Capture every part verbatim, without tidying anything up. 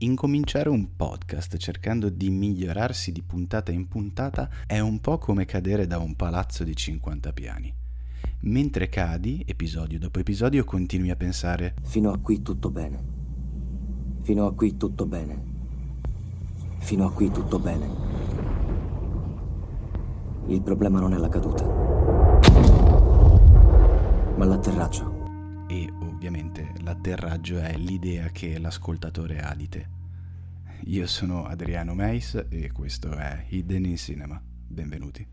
Incominciare un podcast cercando di migliorarsi di puntata in puntata è un po' come cadere da un palazzo di cinquanta piani. Mentre cadi, episodio dopo episodio, continui a pensare: fino a qui tutto bene. Fino a qui tutto bene. Fino a qui tutto bene. Il problema non è la caduta, ma l'atterraggio. E ovviamente l'atterraggio è l'idea che l'ascoltatore ha di te. Io sono Adriano Meis e questo è Hidden in Cinema. Benvenuti.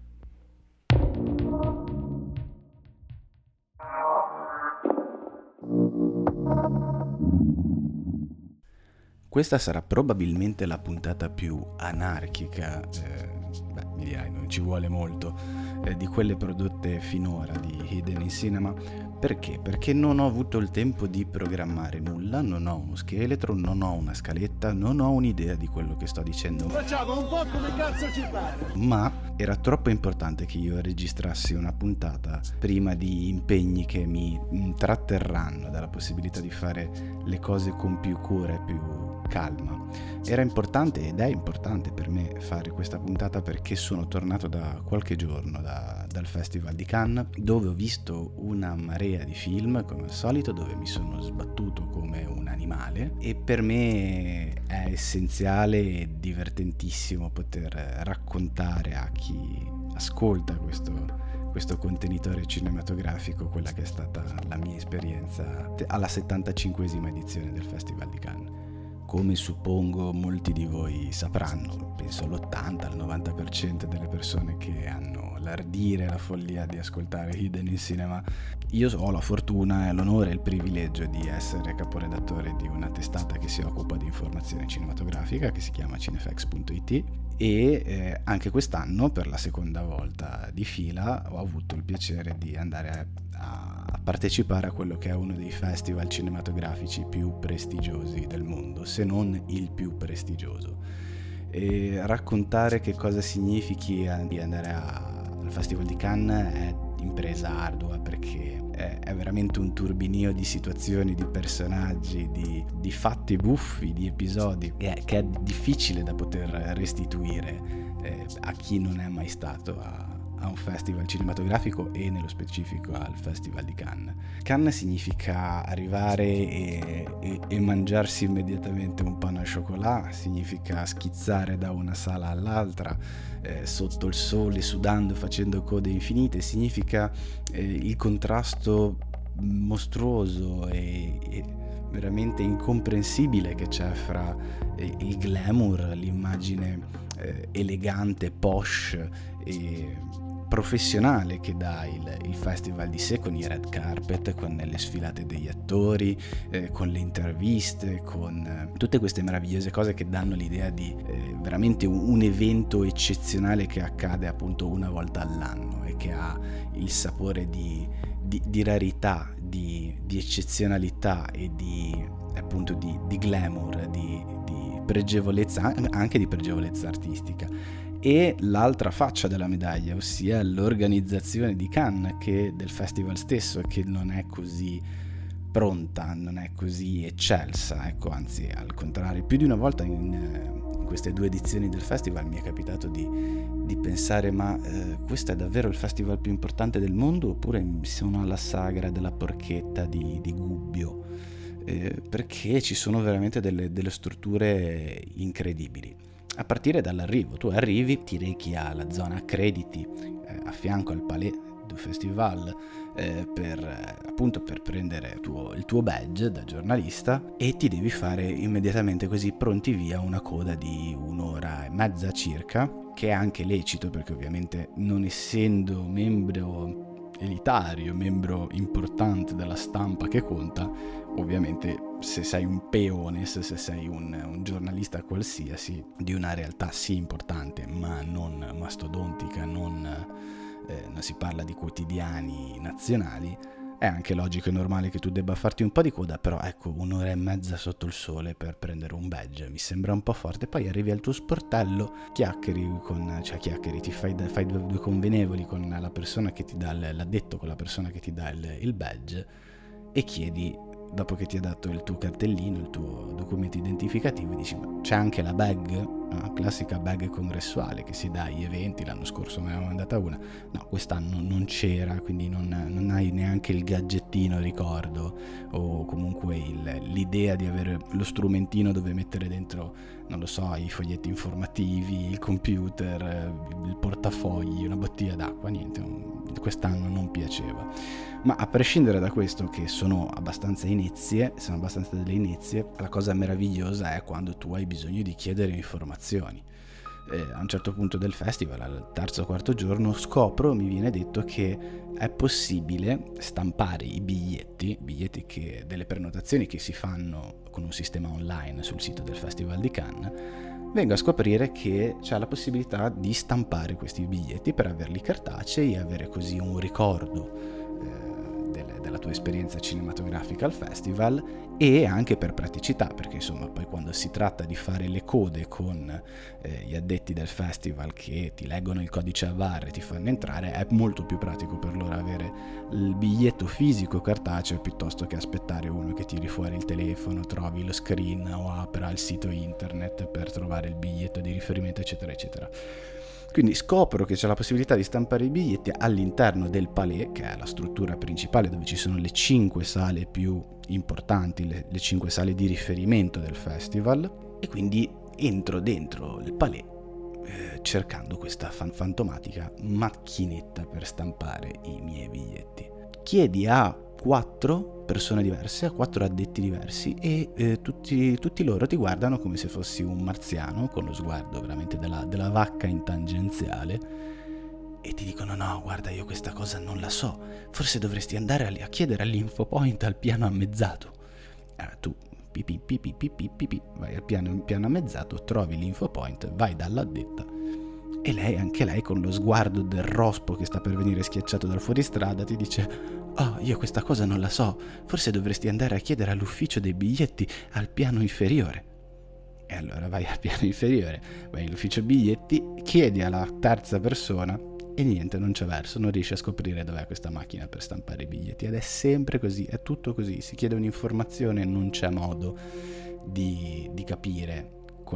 Questa sarà probabilmente la puntata più anarchica, eh, beh, mi dirai, non ci vuole molto, eh, di quelle prodotte finora di Hidden in Cinema. Perché? Perché non ho avuto il tempo di programmare nulla, non ho uno scheletro, non ho una scaletta, non ho un'idea di quello che sto dicendo. Facciamo un po' come cazzo ci pare. Ma era troppo importante che io registrassi una puntata prima di impegni che mi tratterranno dalla possibilità di fare le cose con più cura e più calma. Era importante ed è importante per me fare questa puntata perché sono tornato da qualche giorno da, dal Festival di Cannes, dove ho visto una marea di film come al solito, dove mi sono sbattuto come un animale, e per me è essenziale e divertentissimo poter raccontare a chi ascolta questo questo contenitore cinematografico quella che è stata la mia esperienza alla settantacinquesima edizione del Festival di Cannes. Come suppongo molti di voi sapranno, penso l'ottanta al novanta per cento delle persone che hanno l'ardire e la follia di ascoltare Hidden in Cinema, io ho la fortuna e l'onore e il privilegio di essere caporedattore di una testata che si occupa di informazione cinematografica, che si chiama cinefx punto it, e eh, anche quest'anno, per la seconda volta di fila, ho avuto il piacere di andare a, a partecipare a quello che è uno dei festival cinematografici più prestigiosi del mondo, se non il più prestigioso. E raccontare che cosa significhi di andare a, al Festival di Cannes è impresa ardua, perché è, è veramente un turbinio di situazioni, di personaggi, di, di fatti buffi, di episodi che è, che è difficile da poter restituire eh, a chi non è mai stato a a un festival cinematografico e nello specifico al Festival di Cannes. Cannes significa arrivare e, e, e mangiarsi immediatamente un pan au chocolat, significa schizzare da una sala all'altra eh, sotto il sole, sudando, facendo code infinite, significa eh, il contrasto mostruoso e, e veramente incomprensibile che c'è fra eh, il glamour, l'immagine eh, elegante, posh e professionale che dà il, il festival di sé, con i red carpet, con le sfilate degli attori, eh, con le interviste, con eh, tutte queste meravigliose cose che danno l'idea di eh, veramente un, un evento eccezionale che accade appunto una volta all'anno e che ha il sapore di, di, di rarità, di, di eccezionalità e di appunto di, di glamour, di, di pregevolezza, anche di pregevolezza artistica. E l'altra faccia della medaglia, ossia l'organizzazione di Cannes, che del festival stesso, che non è così pronta, non è così eccelsa, ecco, anzi al contrario. Più di una volta in, in queste due edizioni del festival mi è capitato di, di pensare: ma eh, questo è davvero il festival più importante del mondo, oppure sono alla sagra della porchetta di, di Gubbio? Eh, perché ci sono veramente delle, delle strutture incredibili. A partire dall'arrivo, tu arrivi, ti rechi alla zona accrediti eh, a fianco al Palais du Festival eh, per eh, appunto per prendere tuo, il tuo badge da giornalista, e ti devi fare immediatamente così pronti via una coda di un'ora e mezza circa, che è anche lecito perché ovviamente, non essendo membro elitario, membro importante della stampa che conta, ovviamente se sei un peone, se sei un, un giornalista qualsiasi di una realtà sì importante ma non mastodontica, non, eh, non si parla di quotidiani nazionali, è anche logico e normale che tu debba farti un po' di coda. Però ecco, un'ora e mezza sotto il sole per prendere un badge mi sembra un po' forte. Poi arrivi al tuo sportello, chiacchieri con, cioè chiacchieri, ti fai, fai due, due convenevoli con la persona che ti dà, l'addetto con la persona che ti dà il, il badge, e chiedi dopo che ti ha dato il tuo cartellino, il tuo documento identificativo, dici ma c'è anche la bag, no? Classica bag congressuale che si dà agli eventi. L'anno scorso me ne avevo mandata una, no, quest'anno non c'era, quindi non, non hai neanche il gadgettino, ricordo, o comunque il, l'idea di avere lo strumentino dove mettere dentro, non lo so, i foglietti informativi, il computer, il portafogli, una bottiglia d'acqua, niente, quest'anno non piaceva. Ma a prescindere da questo, che sono abbastanza inizie, sono abbastanza delle inizie, la cosa meravigliosa è quando tu hai bisogno di chiedere informazioni. Eh, a un certo punto del festival, al terzo o quarto giorno, scopro, mi viene detto che è possibile stampare i biglietti, biglietti che, delle prenotazioni che si fanno con un sistema online sul sito del Festival di Cannes. Vengo a scoprire che c'è la possibilità di stampare questi biglietti per averli cartacei e avere così un ricordo della tua esperienza cinematografica al festival, e anche per praticità, perché insomma poi quando si tratta di fare le code con eh, gli addetti del festival che ti leggono il codice A V A R e ti fanno entrare, è molto più pratico per loro avere il biglietto fisico cartaceo piuttosto che aspettare uno che tiri fuori il telefono, trovi lo screen o apra il sito internet per trovare il biglietto di riferimento, eccetera eccetera. Quindi scopro che c'è la possibilità di stampare i biglietti all'interno del Palais, che è la struttura principale dove ci sono le cinque sale più importanti, le, le cinque sale di riferimento del festival, e quindi entro dentro il Palais eh, cercando questa fan- fantomatica macchinetta per stampare i miei biglietti. Chiedi a quattro persone diverse, a quattro addetti diversi, e eh, tutti, tutti loro ti guardano come se fossi un marziano, con lo sguardo veramente della, della vacca in tangenziale, e ti dicono no, guarda, io questa cosa non la so, forse dovresti andare a, a chiedere all'infopoint al piano ammezzato. Eh, tu pipi pipi pipi pipi vai al piano, piano ammezzato, trovi l'infopoint, vai dall'addetta, e lei, anche lei con lo sguardo del rospo che sta per venire schiacciato dal fuoristrada, ti dice oh, io questa cosa non la so, forse dovresti andare a chiedere all'ufficio dei biglietti al piano inferiore. E allora vai al piano inferiore, vai all'ufficio biglietti, chiedi alla terza persona e niente, non c'è verso, non riesci a scoprire dov'è questa macchina per stampare i biglietti. Ed è sempre così, è tutto così, si chiede un'informazione e non c'è modo di, di capire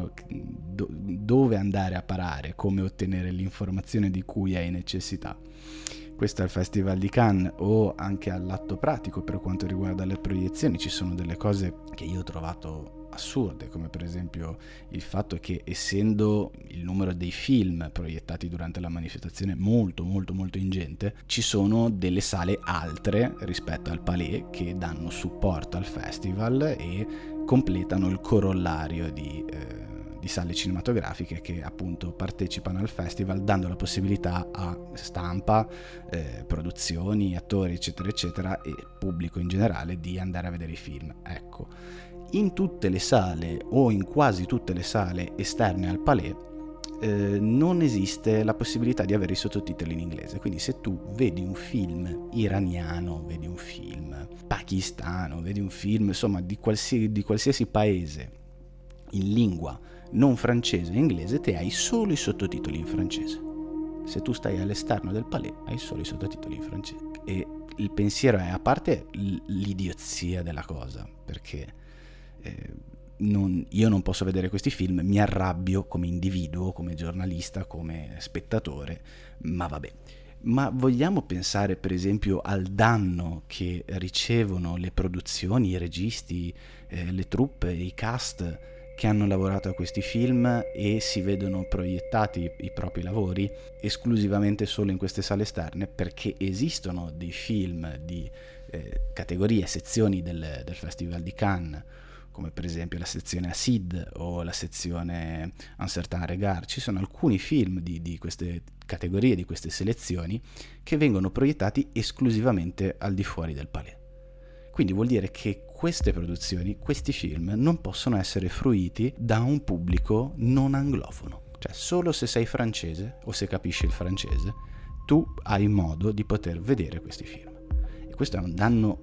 dove andare a parare, come ottenere l'informazione di cui hai necessità. Questo è il Festival di Cannes. O anche all'atto pratico, per quanto riguarda le proiezioni, ci sono delle cose che io ho trovato assurde, come per esempio il fatto che, essendo il numero dei film proiettati durante la manifestazione molto molto molto ingente, ci sono delle sale altre rispetto al Palais che danno supporto al festival e completano il corollario di eh, di sale cinematografiche che appunto partecipano al festival, dando la possibilità a stampa, eh, produzioni, attori eccetera eccetera e pubblico in generale di andare a vedere i film. Ecco, in tutte le sale o in quasi tutte le sale esterne al Palais eh, non esiste la possibilità di avere i sottotitoli in inglese, quindi se tu vedi un film iraniano, vedi un film pakistano, vedi un film insomma di qualsiasi, di qualsiasi paese in lingua non francese e inglese, te hai solo i sottotitoli in francese. Se tu stai all'esterno del Palais hai solo i sottotitoli in francese. E il pensiero è, a parte l'idiozia della cosa, perché eh, non, io non posso vedere questi film, mi arrabbio come individuo, come giornalista, come spettatore, ma vabbè. Ma vogliamo pensare per esempio al danno che ricevono le produzioni, i registi, eh, le truppe, i cast che hanno lavorato a questi film e si vedono proiettati i propri lavori esclusivamente solo in queste sale esterne, perché esistono dei film di eh, categorie, sezioni del, del Festival di Cannes, come per esempio la sezione Acide o la sezione Un certain regard. Ci sono alcuni film di, di queste categorie, di queste selezioni, che vengono proiettati esclusivamente al di fuori del Palais. Quindi vuol dire che queste produzioni, questi film, non possono essere fruiti da un pubblico non anglofono. Cioè, solo se sei francese o se capisci il francese, tu hai modo di poter vedere questi film. E questo è un danno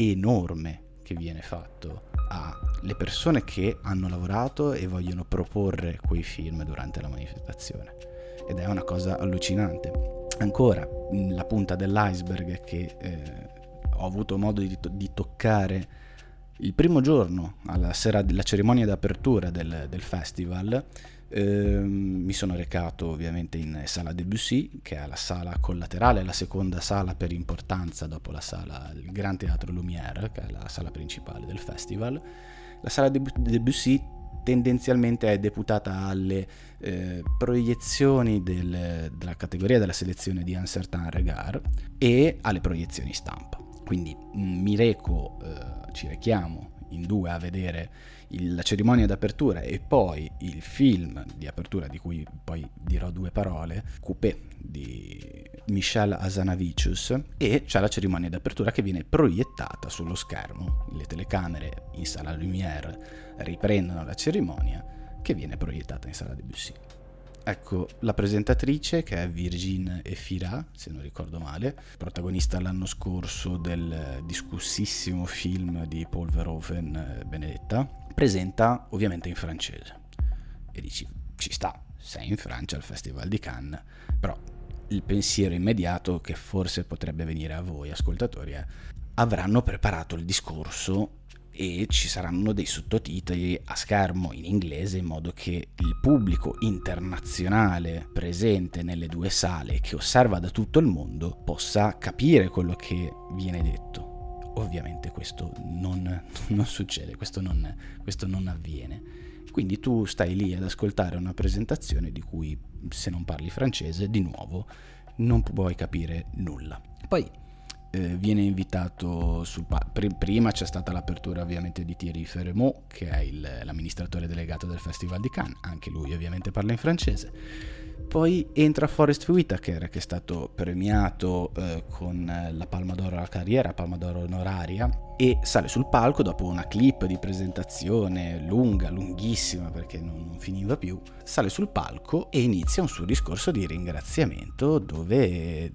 enorme che viene fatto alle persone che hanno lavorato e vogliono proporre quei film durante la manifestazione. Ed è una cosa allucinante. Ancora, la punta dell'iceberg è che eh, ho avuto modo di, to- di toccare Il primo giorno, alla sera della cerimonia d'apertura del, del festival, eh, mi sono recato ovviamente in Sala Debussy, che è la sala collaterale, la seconda sala per importanza dopo la sala, il Gran Teatro Lumière, che è la sala principale del festival. La Sala Debussy tendenzialmente è deputata alle eh, proiezioni del, della categoria della selezione di Un Certain Regard e alle proiezioni stampa. Quindi mh, mi reco, eh, ci rechiamo in due a vedere il, la cerimonia d'apertura e poi il film di apertura, di cui poi dirò due parole, Coupé di Michel Hazanavicius, e c'è la cerimonia d'apertura che viene proiettata sullo schermo. Le telecamere in Sala Lumière riprendono la cerimonia che viene proiettata in Sala Debussy. Ecco, la presentatrice, che è Virginie Efira, se non ricordo male, protagonista l'anno scorso del discussissimo film di Paul Verhoeven, Benedetta, presenta ovviamente in francese. E dici, ci sta, sei in Francia al Festival di Cannes, però il pensiero immediato che forse potrebbe venire a voi ascoltatori è: avranno preparato il discorso e ci saranno dei sottotitoli a schermo in inglese in modo che il pubblico internazionale presente nelle due sale, che osserva da tutto il mondo, possa capire quello che viene detto. Ovviamente questo non, non succede, questo non, questo non avviene. Quindi tu stai lì ad ascoltare una presentazione di cui, se non parli francese, di nuovo non puoi capire nulla. Poi Eh, viene invitato sul pa- pr- prima c'è stata l'apertura ovviamente di Thierry Ferremont, che è il, l'amministratore delegato del Festival di Cannes, anche lui ovviamente parla in francese. Poi entra Forest Whitaker, che è stato premiato eh, con la Palma d'Oro alla carriera, Palma d'Oro onoraria, e sale sul palco dopo una clip di presentazione lunga, lunghissima perché non, non finiva più. Sale sul palco e inizia un suo discorso di ringraziamento dove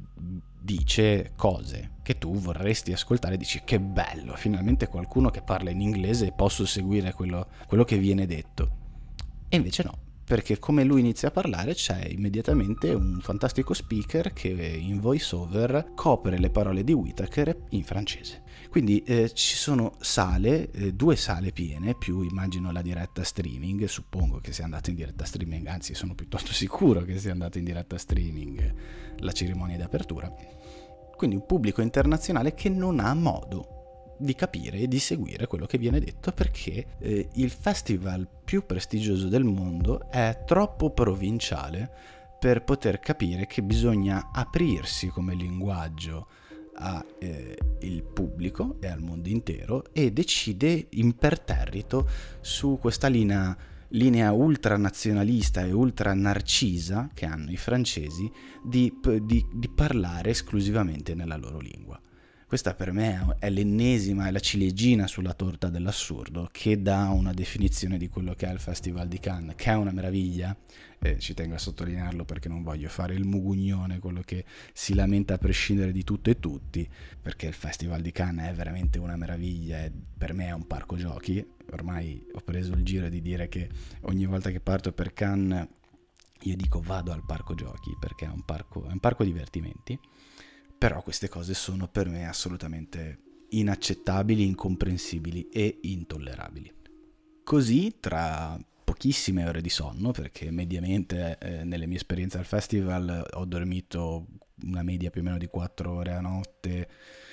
dice cose che tu vorresti ascoltare, dici che bello, finalmente qualcuno che parla in inglese e posso seguire quello, quello che viene detto. E invece no, perché come lui inizia a parlare c'è immediatamente un fantastico speaker che in voice over copre le parole di Whitaker in francese. Quindi eh, ci sono sale, eh, due sale piene, più immagino la diretta streaming, suppongo che sia andata in diretta streaming, anzi sono piuttosto sicuro che sia andata in diretta streaming la cerimonia d'apertura. Quindi un pubblico internazionale che non ha modo di capire e di seguire quello che viene detto, perché eh, il festival più prestigioso del mondo è troppo provinciale per poter capire che bisogna aprirsi come linguaggio al eh, pubblico e al mondo intero, e decide imperterrito su questa linea linea ultranazionalista e ultra narcisa che hanno i francesi di, di, di parlare esclusivamente nella loro lingua. Questa per me è l'ennesima, è la ciliegina sulla torta dell'assurdo, che dà una definizione di quello che è il Festival di Cannes, che è una meraviglia. Eh, ci tengo a sottolinearlo perché non voglio fare il mugugnone, quello che si lamenta a prescindere di tutto e tutti, perché il Festival di Cannes è veramente una meraviglia e per me è un parco giochi. Ormai ho preso il giro di dire che ogni volta che parto per Cannes io dico vado al parco giochi, perché è un parco, è un parco divertimenti. Però queste cose sono per me assolutamente inaccettabili, incomprensibili e intollerabili. Così, tra pochissime ore di sonno, perché mediamente eh, nelle mie esperienze al festival ho dormito una media più o meno di quattro ore a notte,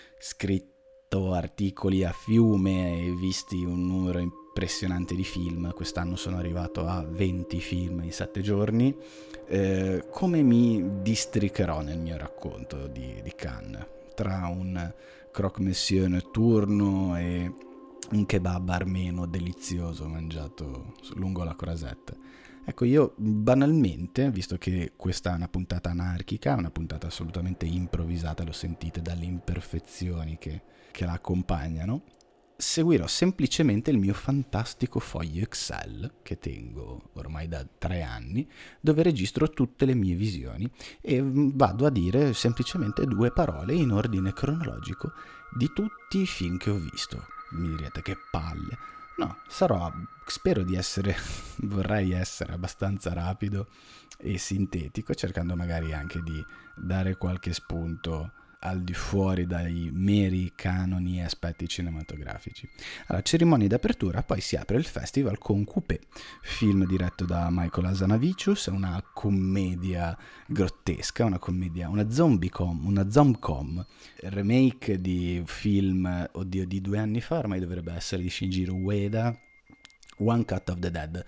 scritto articoli a fiume e visti un numero impressionante di film. Quest'anno sono arrivato a venti film in sette giorni. Eh, come mi districherò nel mio racconto di, di Cannes, tra un croque monsieur notturno e un kebab armeno delizioso mangiato lungo la Croisette. Ecco, io banalmente, visto che questa è una puntata anarchica, una puntata assolutamente improvvisata, lo sentite dalle imperfezioni che, che la accompagnano, seguirò semplicemente il mio fantastico foglio Excel che tengo ormai da tre anni, dove registro tutte le mie visioni e vado a dire semplicemente due parole in ordine cronologico di tutti i film che ho visto. Mi direte che palle. No, sarò, spero di essere, vorrei essere abbastanza rapido e sintetico, cercando magari anche di dare qualche spunto al di fuori dai meri canoni e aspetti cinematografici. Alla cerimonia d'apertura poi si apre il festival con Coupé, film diretto da Michael Hazanavicius, una commedia grottesca, una commedia, una zombie-com, una zombie-com, remake di film, oddio, di due anni fa, ormai dovrebbe essere di Shinjiro Ueda, One Cut of the Dead.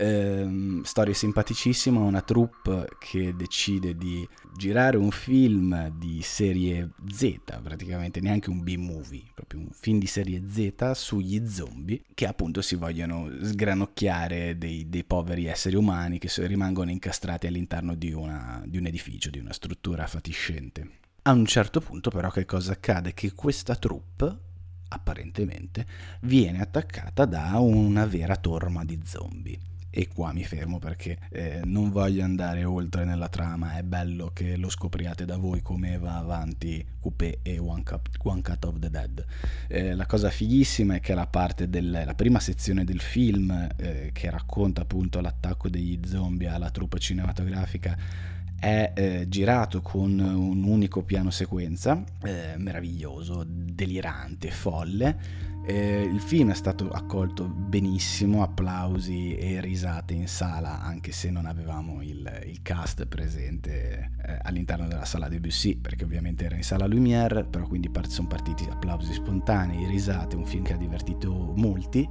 Ehm, storia simpaticissima, una troupe che decide di girare un film di serie Z, praticamente neanche un B-movie, proprio un film di serie Z sugli zombie che appunto si vogliono sgranocchiare dei, dei poveri esseri umani che rimangono incastrati all'interno di, una, di un edificio, di una struttura fatiscente. A un certo punto però che cosa accade? Che questa troupe apparentemente viene attaccata da una vera torma di zombie. E qua mi fermo perché eh, non voglio andare oltre nella trama, è bello che lo scopriate da voi come va avanti Coupé e One Cut, One Cut of the Dead. Eh, la cosa fighissima è che la parte del, la prima sezione del film eh, che racconta appunto l'attacco degli zombie alla troupe cinematografica è eh, girato con un unico piano sequenza, eh, meraviglioso, delirante, folle. Eh, il film è stato accolto benissimo, applausi e risate in sala, anche se non avevamo il, il cast presente eh, all'interno della sala Debussy, perché ovviamente era in sala Lumière, però quindi part- sono partiti applausi spontanei, risate, un film che ha divertito molti.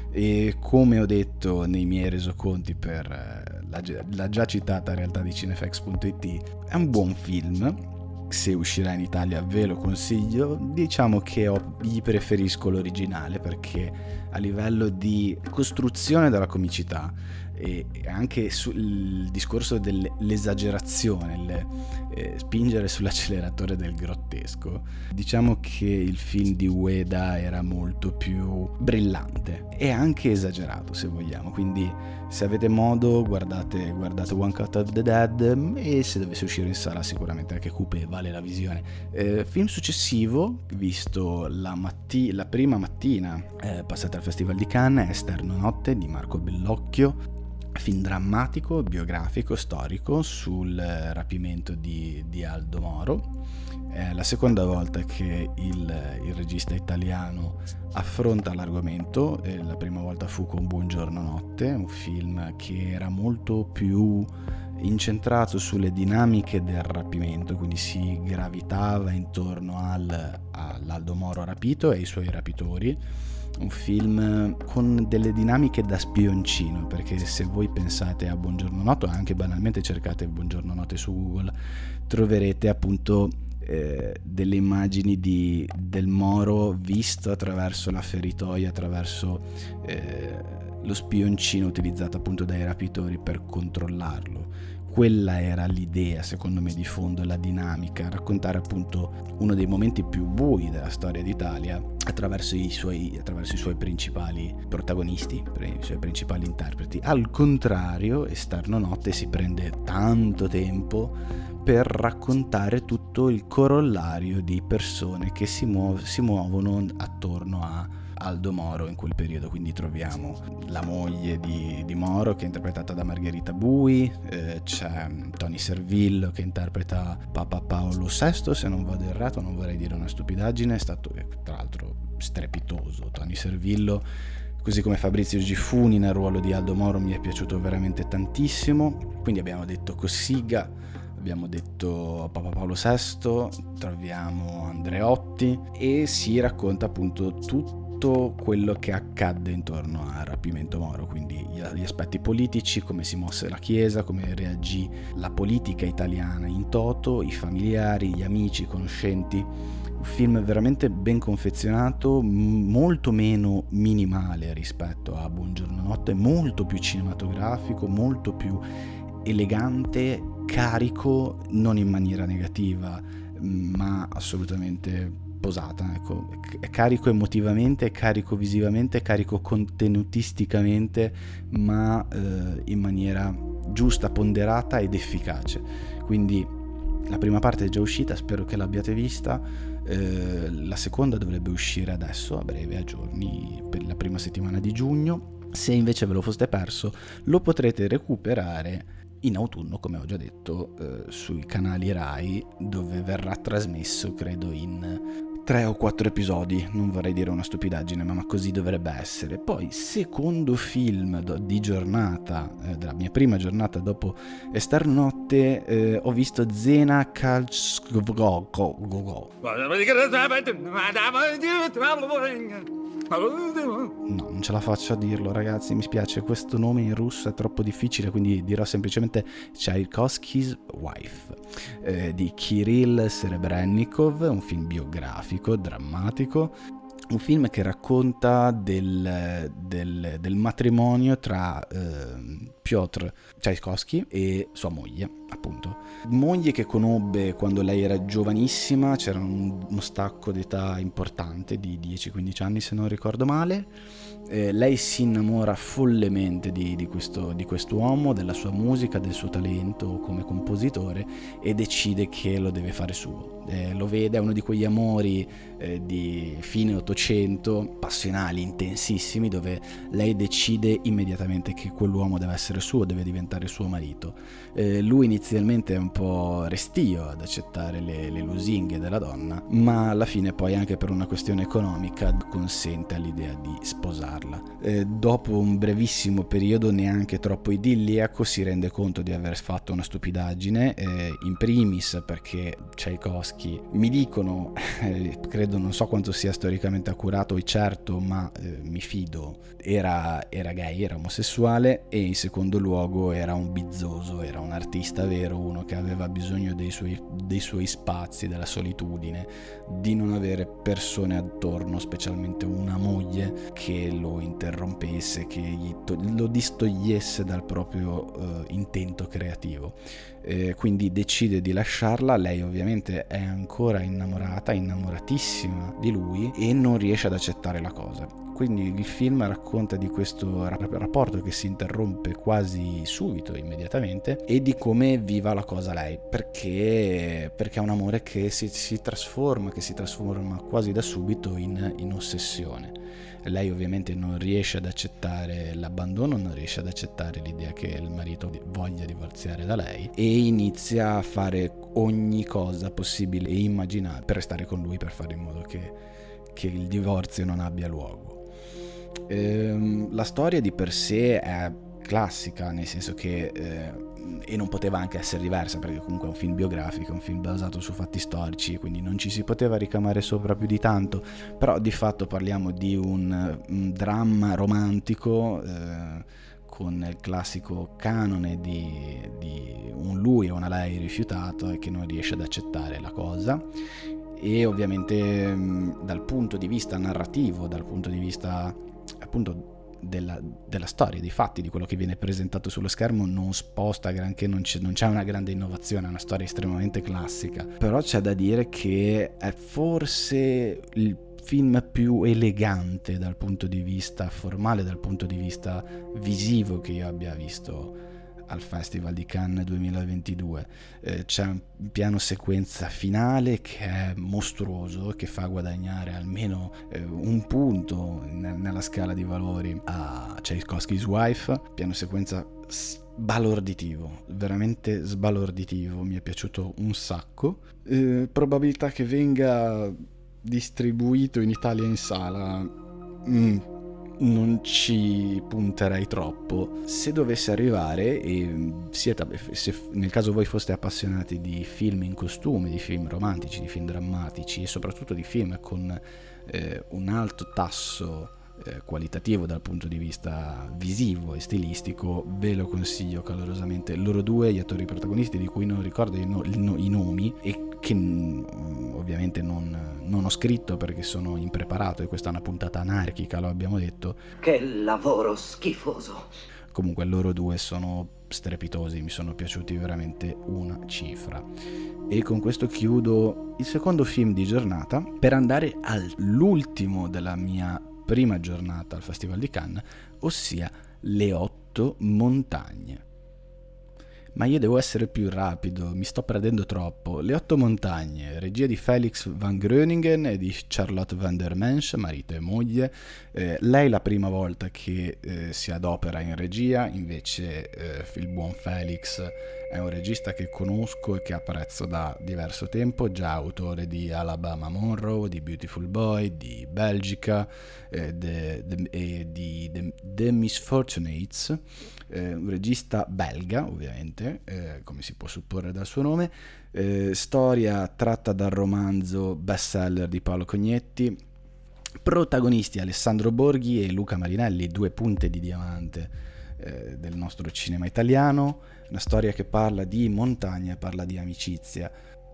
E come ho detto nei miei resoconti per la, la già citata realtà di Cinefx punto it, è un buon film. Se uscirà in Italia ve lo consiglio. Diciamo che ho, gli preferisco l'originale perché a livello di costruzione della comicità e anche sul discorso dell'esagerazione, il, eh, spingere sull'acceleratore del grottesco, diciamo che il film di Ueda era molto più brillante e anche esagerato, se vogliamo. Quindi se avete modo guardate, guardate One Cut of the Dead, e se dovesse uscire in sala sicuramente anche Coupé vale la visione. Eh, film successivo, visto la, matti- la prima mattina eh, passata al Festival di Cannes, è Esterno Notte di Marco Bellocchio, film drammatico, biografico, storico sul rapimento di, di Aldo Moro. È la seconda volta che il, il regista italiano affronta l'argomento. La prima volta fu con Buongiorno Notte, un film che era molto più incentrato sulle dinamiche del rapimento, quindi si gravitava intorno al, all'Aldo Moro rapito e ai suoi rapitori. Un film con delle dinamiche da spioncino, perché se voi pensate a Buongiorno Notte, anche banalmente cercate Buongiorno Notte su Google, troverete appunto eh, delle immagini di, del Moro visto attraverso la feritoia, attraverso eh, lo spioncino utilizzato appunto dai rapitori per controllarlo. Quella era l'idea, secondo me, di fondo, la dinamica, raccontare appunto uno dei momenti più bui della storia d'Italia attraverso i suoi, attraverso i suoi principali protagonisti, i suoi principali interpreti. Al contrario, Esterno Notte si prende tanto tempo per raccontare tutto il corollario di persone che si, muov- si muovono attorno a Aldo Moro in quel periodo. Quindi troviamo la moglie di, di Moro, che è interpretata da Margherita Bui, eh, c'è Tony Servillo che interpreta Papa Paolo sesto, se non vado errato, non vorrei dire una stupidaggine, è stato tra l'altro strepitoso Tony Servillo, così come Fabrizio Gifuni nel ruolo di Aldo Moro mi è piaciuto veramente tantissimo. Quindi abbiamo detto Cossiga, abbiamo detto Papa Paolo sesto, troviamo Andreotti e si racconta appunto tutto quello che accadde intorno al rapimento Moro, quindi gli aspetti politici, come si mosse la Chiesa, come reagì la politica italiana in toto, i familiari, gli amici, i conoscenti. Un film veramente ben confezionato, molto meno minimale rispetto a Buongiorno Notte, molto più cinematografico, molto più elegante, carico, non in maniera negativa, ma assolutamente posata, ecco. È carico emotivamente, è carico visivamente, è carico contenutisticamente, ma eh, in maniera giusta, ponderata ed efficace. Quindi la prima parte è già uscita, spero che l'abbiate vista. Eh, la seconda dovrebbe uscire adesso, a breve, a giorni, per la prima settimana di giugno. Se invece ve lo foste perso, lo potrete recuperare in autunno, come ho già detto, eh, sui canali Rai, dove verrà trasmesso, credo, in tre o quattro episodi, non vorrei dire una stupidaggine, ma così dovrebbe essere. Poi, secondo film di giornata, eh, della mia prima giornata dopo Esternotte, eh, ho visto Xena Calcskvogo. No, non ce la faccio a dirlo, ragazzi, mi spiace, questo nome in russo è troppo difficile, quindi dirò semplicemente Tchaikovsky's Wife, eh, di Kirill Serebrennikov, un film biografico, drammatico, un film che racconta del, del, del matrimonio tra eh, Piotr Tchaikovsky e sua moglie, appunto. Moglie che conobbe quando lei era giovanissima, c'era un, uno stacco d'età importante di dieci quindici anni se non ricordo male. Eh, lei si innamora follemente di, di, questo, di quest'uomo, della sua musica, del suo talento come compositore, e decide che lo deve fare suo. Eh, lo vede, è uno di quegli amori eh, di fine Ottocento, passionali, intensissimi, dove lei decide immediatamente che quell'uomo deve essere suo, deve diventare suo marito. Eh, lui inizialmente è un po' restio ad accettare le, le lusinghe della donna, ma alla fine poi, anche per una questione economica, consente all'idea di sposarla. Eh, dopo un brevissimo periodo neanche troppo idilliaco si rende conto di aver fatto una stupidaggine, eh, in primis perché Tchaikovsky, mi dicono, eh, credo, non so quanto sia storicamente accurato o certo, ma eh, mi fido, era, era gay, era omosessuale, e in secondo luogo era un bizzoso, era un artista vero, uno che aveva bisogno dei suoi, dei suoi spazi, della solitudine, di non avere persone attorno, specialmente una moglie che lo interrompesse, che gli to- lo distogliesse dal proprio uh, intento creativo. Eh, quindi decide di lasciarla. Lei ovviamente è ancora innamorata, innamoratissima di lui, e non riesce ad accettare la cosa. Quindi il film racconta di questo rapporto che si interrompe quasi subito, immediatamente, e di come viva la cosa lei, perché, perché è un amore che si, si trasforma, che si trasforma quasi da subito in, in ossessione. Lei ovviamente non riesce ad accettare l'abbandono, non riesce ad accettare l'idea che il marito voglia divorziare da lei, e inizia a fare ogni cosa possibile e immaginabile per restare con lui, per fare in modo che, che il divorzio non abbia luogo. Ehm, la storia di per sé è classica, nel senso che eh, e non poteva anche essere diversa, perché comunque è un film biografico, un film basato su fatti storici, quindi non ci si poteva ricamare sopra più di tanto. Però di fatto parliamo di un, un dramma romantico eh, con il classico canone di, di un lui e una lei rifiutato e che non riesce ad accettare la cosa. E ovviamente mh, dal punto di vista narrativo, dal punto di vista appunto Della, della storia, dei fatti, di quello che viene presentato sullo schermo, non sposta granché, non c'è, non c'è una grande innovazione, è una storia estremamente classica. Però c'è da dire che è forse il film più elegante dal punto di vista formale, dal punto di vista visivo che io abbia visto al Festival di Cannes duemilaventidue. Eh, c'è un piano sequenza finale che è mostruoso, che fa guadagnare almeno eh, un punto n- nella scala di valori a Tchaikovsky's Wife. Piano sequenza sbalorditivo, veramente sbalorditivo, mi è piaciuto un sacco. Eh, probabilità che venga distribuito in Italia in sala, mm. non ci punterei troppo. Se dovesse arrivare, e siete, se nel caso voi foste appassionati di film in costume, di film romantici, di film drammatici e soprattutto di film con eh, un alto tasso eh, qualitativo dal punto di vista visivo e stilistico, ve lo consiglio calorosamente. Loro due, gli attori protagonisti, di cui non ricordo i, no, i nomi e che mh, ovviamente non, non ho scritto perché sono impreparato, e questa è una puntata anarchica, lo abbiamo detto. Che lavoro schifoso. Comunque loro due sono strepitosi, mi sono piaciuti veramente una cifra. E con questo chiudo il secondo film di giornata per andare all'ultimo della mia prima giornata al Festival di Cannes, ossia Le otto montagne. Ma io devo essere più rapido, mi sto perdendo troppo. Le otto montagne, regia di Felix van Groeningen e di Charlotte van der Mensch, marito e moglie. Eh, lei la prima volta che eh, si adopera in regia, invece eh, il buon Felix è un regista che conosco e che apprezzo da diverso tempo, già autore di Alabama Monroe, di Beautiful Boy, di Belgica eh, de, de, e di The, The Misfortunates. Eh, un regista belga, ovviamente, eh, come si può supporre dal suo nome, eh, storia tratta dal romanzo bestseller di Paolo Cognetti, protagonisti Alessandro Borghi e Luca Marinelli, due punte di diamante eh, del nostro cinema italiano, una storia che parla di montagna, parla di amicizia,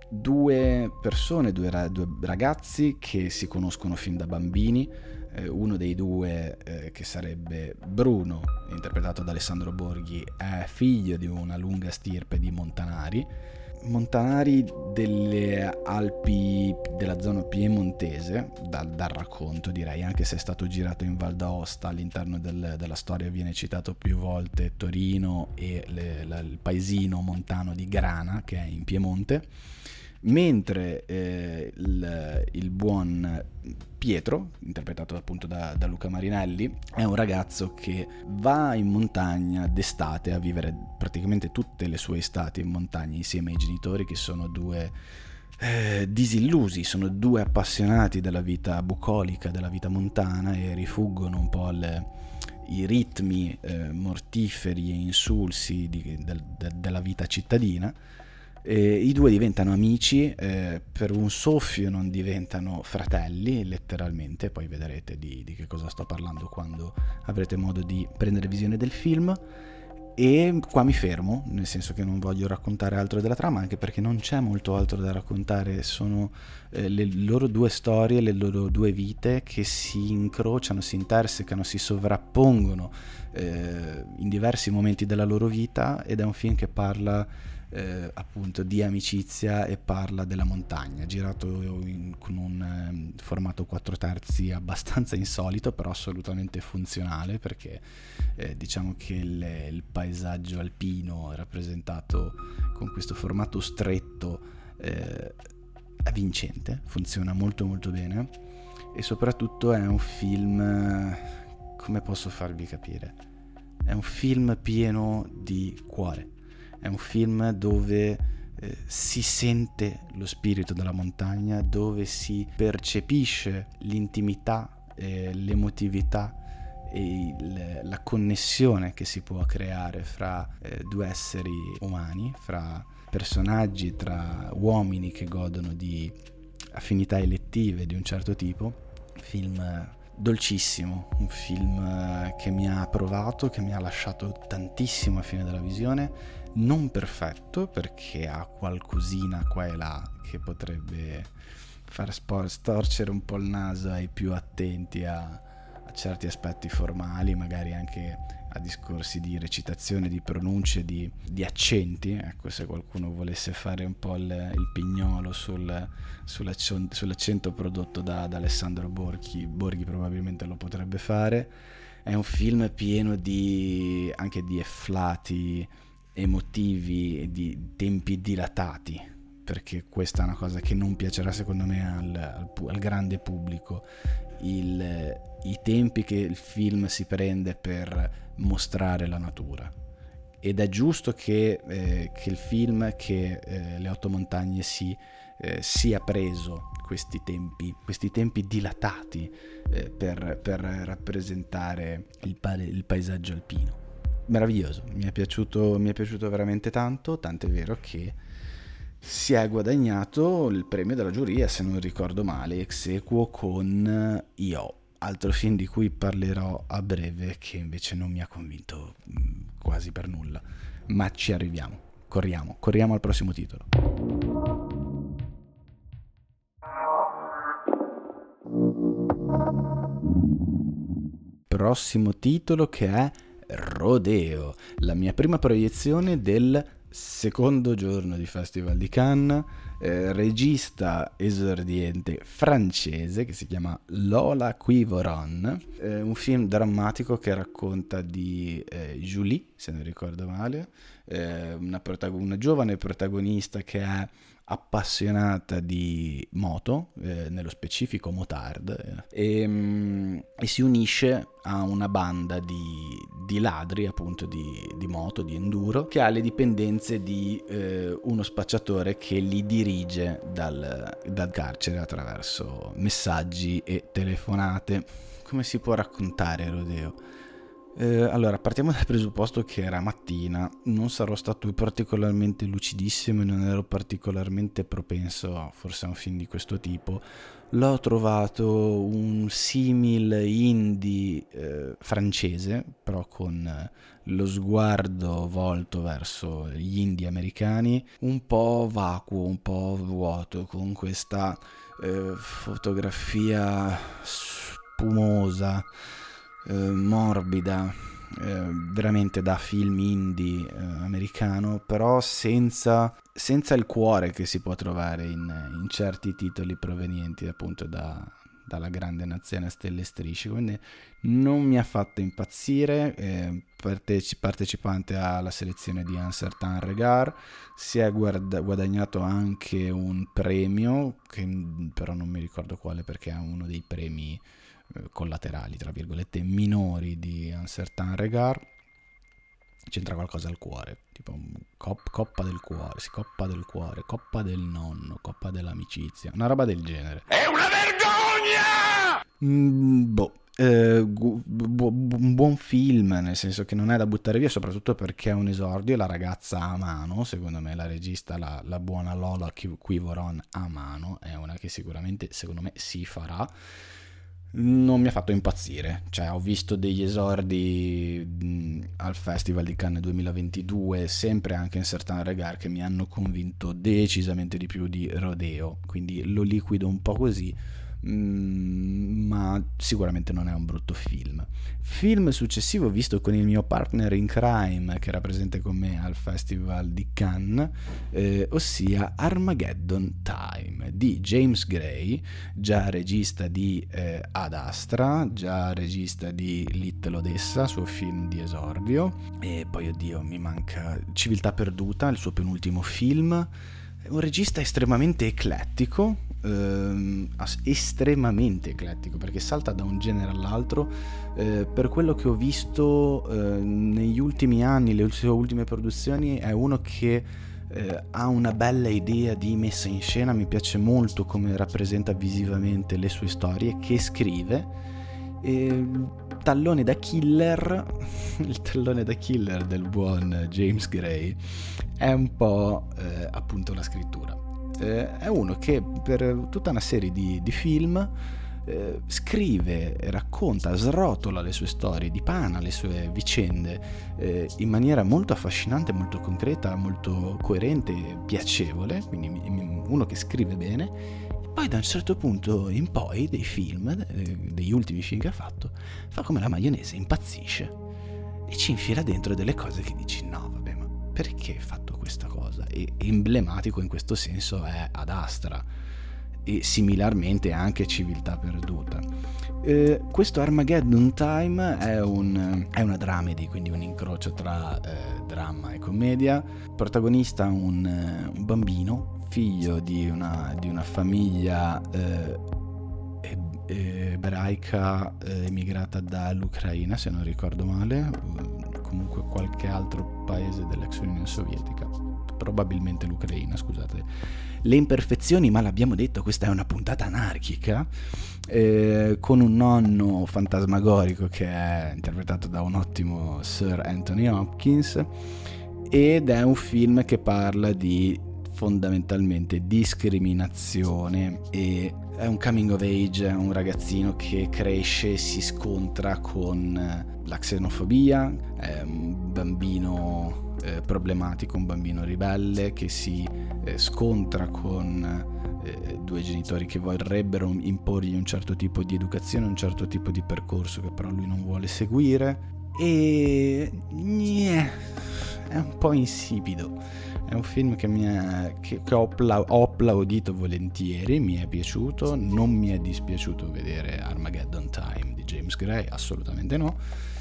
due persone, due, ra- due ragazzi che si conoscono fin da bambini. Uno dei due, eh, che sarebbe Bruno, interpretato da Alessandro Borghi, è figlio di una lunga stirpe di montanari, montanari delle Alpi della zona piemontese, dal, dal racconto direi, anche se è stato girato in Val d'Aosta. All'interno del, della storia viene citato più volte Torino e le, la, il paesino montano di Grana, che è in Piemonte. Mentre eh, il, il buon Pietro, interpretato appunto da, da Luca Marinelli, è un ragazzo che va in montagna d'estate a vivere praticamente tutte le sue estati in montagna insieme ai genitori, che sono due eh, disillusi, sono due appassionati della vita bucolica, della vita montana, e rifuggono un po' le, i ritmi eh, mortiferi e insulsi di, del, de, della vita cittadina. E i due diventano amici, eh, per un soffio non diventano fratelli letteralmente, poi vedrete di, di che cosa sto parlando quando avrete modo di prendere visione del film. E qua mi fermo, nel senso che non voglio raccontare altro della trama, anche perché non c'è molto altro da raccontare. Sono eh, le loro due storie, le loro due vite che si incrociano, si intersecano, si sovrappongono eh, in diversi momenti della loro vita, ed è un film che parla Eh, appunto di amicizia e parla della montagna, girato in, con un eh, formato quattro terzi abbastanza insolito, però assolutamente funzionale, perché eh, diciamo che il, il paesaggio alpino rappresentato con questo formato stretto eh, è vincente, funziona molto molto bene, e soprattutto è un film, come posso farvi capire, è un film pieno di cuore. È un film dove eh, si sente lo spirito della montagna, dove si percepisce l'intimità, eh, l'emotività e il, la connessione che si può creare fra eh, due esseri umani, fra personaggi, tra uomini che godono di affinità elettive di un certo tipo. Film dolcissimo, un film che mi ha provato, che mi ha lasciato tantissimo a fine della visione. Non perfetto, perché ha qualcosina qua e là che potrebbe far spor- storcere un po' il naso ai più attenti a, a certi aspetti formali, magari anche a discorsi di recitazione, di pronunce, di, di accenti. Ecco, se qualcuno volesse fare un po' il, il pignolo sul, sull'accento, sull'accento prodotto da, da Alessandro Borghi, Borghi probabilmente lo potrebbe fare. È un film pieno di anche di efflati emotivi e di tempi dilatati, perché questa è una cosa che non piacerà secondo me al, al, al grande pubblico, il, i tempi che il film si prende per mostrare la natura. Ed è giusto che, eh, che il film, che eh, Le Otto Montagne si, eh, sia preso questi tempi, questi tempi dilatati eh, per, per rappresentare il, pa- il paesaggio alpino. Meraviglioso, mi è piaciuto, mi è piaciuto veramente tanto, tant'è vero che si è guadagnato il premio della giuria, se non ricordo male, ex equo con Io, altro film di cui parlerò a breve, che invece non mi ha convinto quasi per nulla, ma ci arriviamo, corriamo, corriamo al prossimo titolo. Prossimo titolo, che è Rodeo, la mia prima proiezione del secondo giorno di Festival di Cannes, eh, regista esordiente francese che si chiama Lola Quivoron, eh, un film drammatico che racconta di eh, Julie, se non ricordo male, eh, una, protagon- una giovane protagonista che è appassionata di moto, eh, nello specifico motard, eh, e, mm, e si unisce a una banda di, di ladri, appunto di, di moto, di enduro, che ha le dipendenze di eh, uno spacciatore che li dirige dal, dal carcere attraverso messaggi e telefonate. Come si può raccontare Rodeo? Eh, allora, partiamo dal presupposto che era mattina, non sarò stato particolarmente lucidissimo e non ero particolarmente propenso a forse a un film di questo tipo. L'ho trovato un simil indie eh, francese, però con eh, lo sguardo volto verso gli indie americani, un po' vacuo, un po' vuoto, con questa eh, fotografia spumosa, Eh, morbida, eh, veramente da film indie eh, americano, però senza, senza il cuore che si può trovare in, in certi titoli provenienti appunto da, dalla grande nazione a stelle e strisce. Quindi non mi ha fatto impazzire. eh, parteci- partecipante alla selezione di Un Certain Regard, si è guarda- guadagnato anche un premio che però non mi ricordo quale, perché è uno dei premi collaterali, tra virgolette, minori di Un Certain Regard. C'entra qualcosa al cuore, tipo cop- coppa del cuore, si coppa del cuore, coppa del nonno, coppa dell'amicizia, una roba del genere. È una vergogna! Mm, boh, eh, gu- bu- bu- un buon film, nel senso che non è da buttare via, soprattutto perché è un esordio, la ragazza a mano, secondo me la regista, la, la buona Lola Quivoron a mano, è una che sicuramente, secondo me, si farà. Non mi ha fatto impazzire, cioè ho visto degli esordi mh, al Festival di Cannes duemilaventidue, sempre anche in Certain Regard, che mi hanno convinto decisamente di più di Rodeo, quindi lo liquido un po' così, mh, ma sicuramente non è un brutto film. Film successivo visto con il mio partner in crime, che era presente con me al Festival di Cannes, eh, ossia Armageddon Time di James Gray, già regista di eh, Ad Astra, già regista di Little Odessa, suo film di esordio, e poi oddio mi manca Civiltà Perduta, il suo penultimo film. È un regista estremamente eclettico, ehm, estremamente eclettico, perché salta da un genere all'altro. Eh, per quello che ho visto eh, negli ultimi anni, le sue ultime produzioni, è uno che eh, ha una bella idea di messa in scena, mi piace molto come rappresenta visivamente le sue storie, che scrive. E tallone da killer, il tallone da killer del buon James Gray è un po' eh, appunto la scrittura. Eh, è uno che per tutta una serie di, di film eh, scrive, racconta, srotola le sue storie, dipana le sue vicende eh, in maniera molto affascinante, molto concreta, molto coerente, piacevole, quindi uno che scrive bene. Poi da un certo punto in poi dei film, degli ultimi film che ha fatto, fa come la maionese, impazzisce e ci infila dentro delle cose che dici no vabbè, ma perché ha fatto questa cosa? E emblematico in questo senso è Ad Astra e similarmente anche Civiltà Perduta. Eh, questo Armageddon Time è, un, è una dramedy, quindi un incrocio tra eh, dramma e commedia. Protagonista un, un bambino, figlio di una, di una famiglia eh, ebraica eh, emigrata dall'Ucraina, se non ricordo male, comunque qualche altro paese dell'ex Unione Sovietica, probabilmente l'Ucraina, scusate le imperfezioni, ma l'abbiamo detto, questa è una puntata anarchica, eh, con un nonno fantasmagorico che è interpretato da un ottimo Sir Anthony Hopkins, ed è un film che parla di fondamentalmente discriminazione e è un coming of age, è un ragazzino che cresce e si scontra con la xenofobia, è un bambino eh, problematico, un bambino ribelle che si eh, scontra con eh, due genitori che vorrebbero imporgli un certo tipo di educazione, un certo tipo di percorso che però lui non vuole seguire, e yeah, è un po' insipido. È un film che, mi è, che, che ho, appla- ho applaudito volentieri, mi è piaciuto, non mi è dispiaciuto vedere Armageddon Time di James Gray, assolutamente no,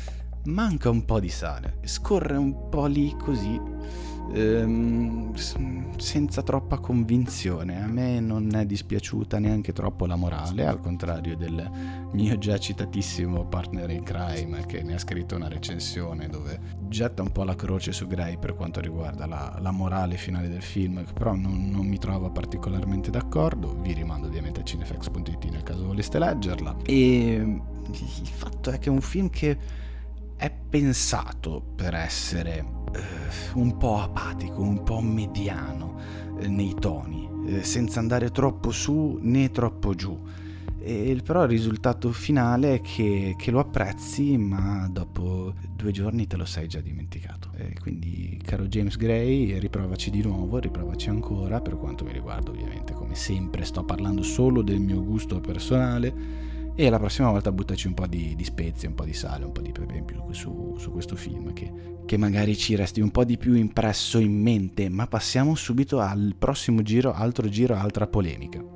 manca un po' di sale, scorre un po' lì così, ehm, senza troppa convinzione. A me non è dispiaciuta neanche troppo la morale, al contrario del mio già citatissimo partner in crime, che ne ha scritto una recensione dove getta un po' la croce su Grey per quanto riguarda la, la morale finale del film, che però non, non mi trovo particolarmente d'accordo. Vi rimando ovviamente a cinefx punto it nel caso voleste leggerla. E il fatto è che è un film che è pensato per essere eh, un po' apatico, un po' mediano eh, nei toni, eh, senza andare troppo su né troppo giù. E però il risultato finale è che, che lo apprezzi, ma dopo due giorni te lo sei già dimenticato. E quindi, caro James Gray, riprovaci di nuovo, riprovaci ancora. Per quanto mi riguarda, ovviamente, come sempre, sto parlando solo del mio gusto personale. E la prossima volta buttaci un po' di, di spezie, un po' di sale, un po' di pepe in più su, su questo film, che, che magari ci resti un po' di più impresso in mente. Ma passiamo subito al prossimo giro, altro giro, altra polemica.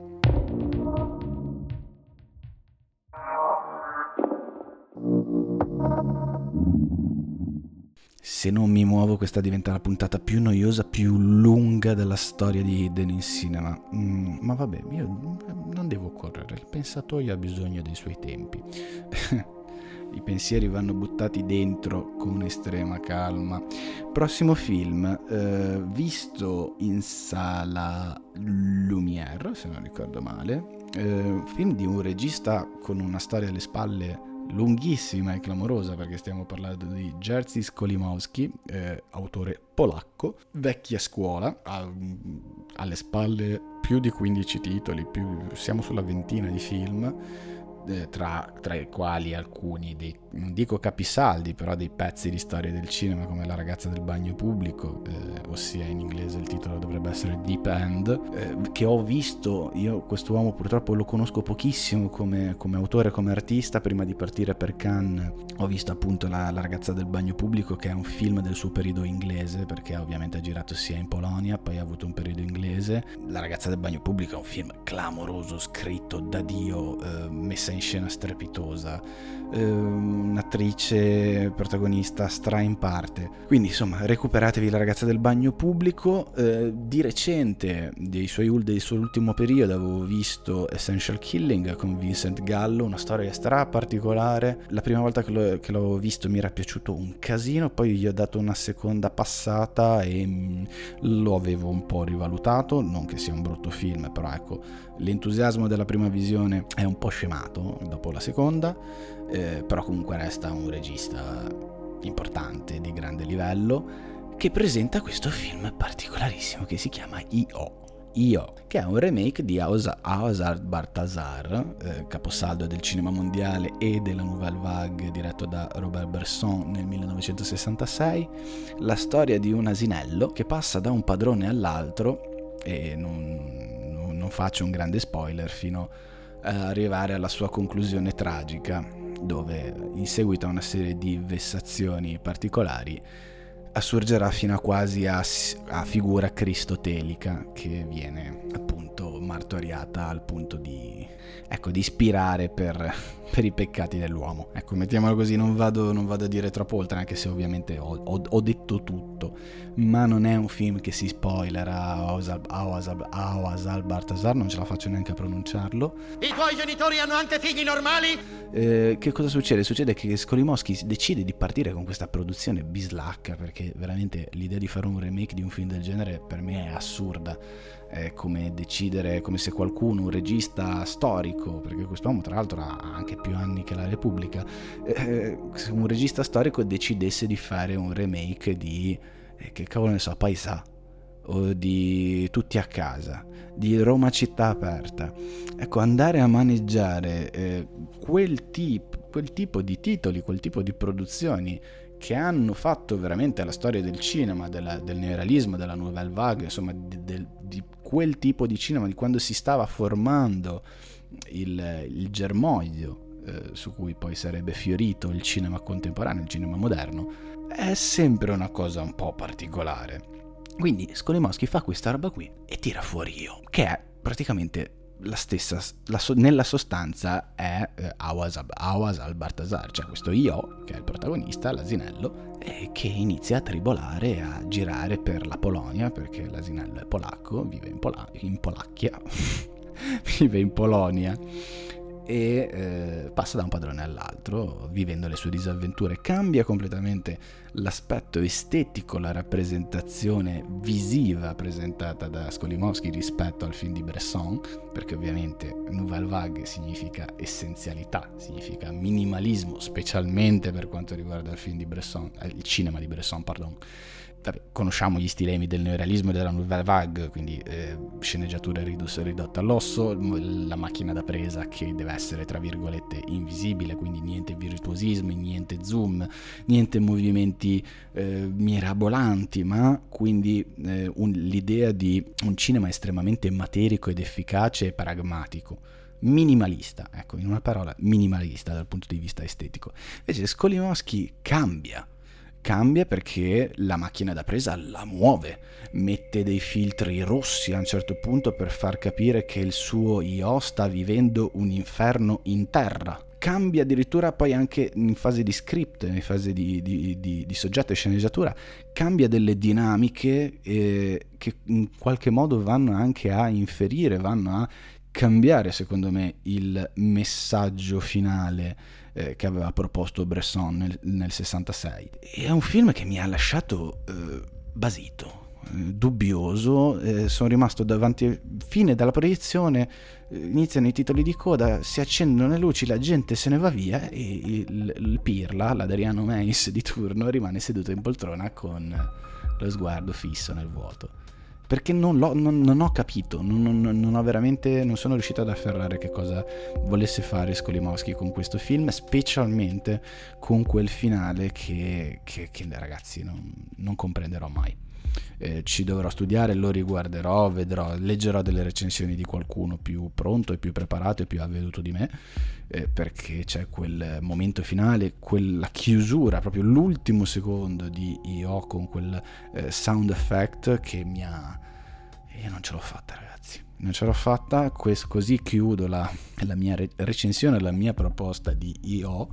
Se non mi muovo, questa diventa la puntata più noiosa, più lunga della storia di Hidden Cinema. Mm, ma vabbè, io non devo correre, il pensatoio ha bisogno dei suoi tempi. I pensieri vanno buttati dentro con estrema calma. Prossimo film, eh, visto in sala Lumière, se non ricordo male, eh, film di un regista con una storia alle spalle lunghissima e clamorosa, perché stiamo parlando di Jerzy Skolimowski, eh, autore polacco, vecchia scuola, ha alle spalle più di quindici titoli, più, siamo sulla ventina di film, eh, tra, tra i quali alcuni dei, non dico capisaldi, però dei pezzi di storia del cinema come La ragazza del bagno pubblico, eh, ossia in inglese il titolo dovrebbe essere Deep End, eh, che ho visto. Io quest'uomo purtroppo lo conosco pochissimo come, come autore, come artista. Prima di partire per Cannes ho visto appunto la, La ragazza del bagno pubblico, che è un film del suo periodo inglese, perché ovviamente ha girato sia in Polonia, poi ha avuto un periodo inglese. La ragazza del bagno pubblico è un film clamoroso, scritto da Dio, eh, messa in scena strepitosa, eh, un'attrice protagonista stra in parte. Quindi insomma, recuperatevi La ragazza del bagno pubblico. Eh, di recente, dei suoi, del suo ultimo periodo, avevo visto Essential Killing con Vincent Gallo, una storia stra particolare. La prima volta che, lo, che l'ho visto mi era piaciuto un casino, poi gli ho dato una seconda passata e mh, lo avevo un po' rivalutato. Non che sia un brutto film, però ecco, l'entusiasmo della prima visione è un po' scemato dopo la seconda, eh, però comunque resta un regista importante, di grande livello, che presenta questo film particolarissimo che si chiama I O I O, che è un remake di Ozar Balthazar, eh, caposaldo del cinema mondiale e della Nouvelle Vague, diretto da Robert Bresson nel millenovecentosessantasei. La storia di un asinello che passa da un padrone all'altro, e non, non, non faccio un grande spoiler, fino ad arrivare alla sua conclusione tragica, dove in seguito a una serie di vessazioni particolari assurgerà fino a quasi a, a figura cristotelica, che viene appunto martoriata al punto di, ecco, di ispirare per, per i peccati dell'uomo. Ecco, mettiamolo così, non vado, non vado a dire troppo oltre, anche se ovviamente ho, ho, ho detto tutto, ma non è un film che si spoilera. Ozar Balthazar, non ce la faccio neanche a pronunciarlo. I tuoi genitori hanno anche figli normali? Eh, che cosa succede? Succede che Skolimowski decide di partire con questa produzione bislacca, perché veramente l'idea di fare un remake di un film del genere per me è assurda. È come decidere, come se qualcuno, un regista storico, perché quest'uomo tra l'altro ha anche più anni che la Repubblica, eh, un regista storico decidesse di fare un remake di, eh, che cavolo ne so, Paesà, o di Tutti a casa, di Roma città aperta. Ecco, andare a maneggiare eh, quel tipo, quel tipo di titoli, quel tipo di produzioni che hanno fatto veramente la storia del cinema, della, del neorealismo, della Nouvelle Vague, insomma di, di, di quel tipo di cinema, di quando si stava formando il, il germoglio eh, su cui poi sarebbe fiorito il cinema contemporaneo, il cinema moderno, è sempre una cosa un po' particolare. Quindi Skolimowski fa questa roba qui e tira fuori Io, che è praticamente la stessa, la so, nella sostanza è eh, Awaz, Awaz al-Baltasar, cioè questo Io, che è il protagonista, l'asinello, eh, che inizia a tribolare, a girare per la Polonia, perché l'asinello è polacco, vive in, Pola- in Polacchia, vive in Polonia, e eh, passa da un padrone all'altro vivendo le sue disavventure. Cambia completamente l'aspetto estetico, la rappresentazione visiva presentata da Skolimowski rispetto al film di Bresson, perché ovviamente Nouvelle Vague significa essenzialità, significa minimalismo, specialmente per quanto riguarda il film di Bresson, eh, il cinema di Bresson, pardon. Conosciamo gli stilemi del neorealismo e della Nouvelle Vague, quindi eh, sceneggiatura ridus, ridotta all'osso, la macchina da presa che deve essere tra virgolette invisibile, quindi niente virtuosismi, niente zoom, niente movimenti eh, mirabolanti, ma quindi eh, un, l'idea di un cinema estremamente materico ed efficace e pragmatico, minimalista, ecco, in una parola minimalista dal punto di vista estetico. Invece Skolimowski cambia Cambia perché la macchina da presa la muove, mette dei filtri rossi a un certo punto per far capire che il suo Io sta vivendo un inferno in terra. Cambia addirittura poi anche in fase di script, in fase di, di, di, di soggetto e sceneggiatura, cambia delle dinamiche eh, che in qualche modo vanno anche a inferire, vanno a cambiare secondo me il messaggio finale eh, che aveva proposto Bresson nel, nel sessantasei. È un film che mi ha lasciato eh, basito, eh, dubbioso, eh, sono rimasto davanti, fine dalla proiezione, eh, iniziano i titoli di coda, si accendono le luci, la gente se ne va via e il, il pirla, l'Adriano Meis di turno, rimane seduto in poltrona con lo sguardo fisso nel vuoto. Perché non, l'ho, non, non ho capito, non, non, non ho veramente, non sono riuscito ad afferrare che cosa volesse fare Skolimowski con questo film, specialmente con quel finale che, che, che ragazzi non, non comprenderò mai. Eh, ci dovrò studiare, lo riguarderò, vedrò, leggerò delle recensioni di qualcuno più pronto e più preparato e più avveduto di me, eh, perché c'è quel momento finale, quella chiusura, proprio l'ultimo secondo di Io con quel eh, sound effect che mi ha... io non ce l'ho fatta, ragazzi, non ce l'ho fatta. Questo, così chiudo la, la mia re- recensione, la mia proposta di Io,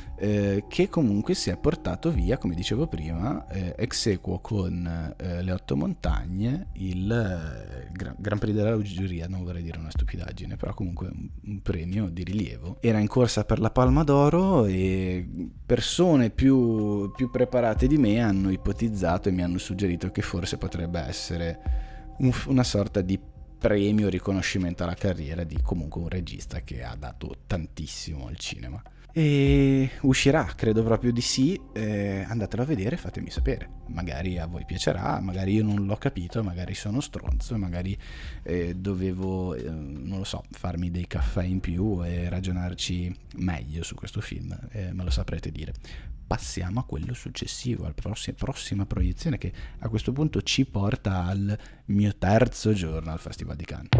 Eh, che comunque si è portato via, come dicevo prima, eh, ex equo con eh, Le Otto Montagne, il eh, Gran, Gran Prix della giuria, non vorrei dire una stupidaggine, però comunque un, un premio di rilievo. Era in corsa per la Palma d'Oro e persone più, più preparate di me hanno ipotizzato e mi hanno suggerito che forse potrebbe essere un, una sorta di premio, riconoscimento alla carriera di comunque un regista che ha dato tantissimo al cinema. E uscirà, credo proprio di sì, eh, andatelo a vedere, fatemi sapere, magari a voi piacerà, magari io non l'ho capito, magari sono stronzo, magari eh, dovevo, eh, non lo so, farmi dei caffè in più e ragionarci meglio su questo film, eh, me lo saprete dire. Passiamo a quello successivo, alla prossima, prossima proiezione, che a questo punto ci porta al mio terzo giorno al Festival di Cannes.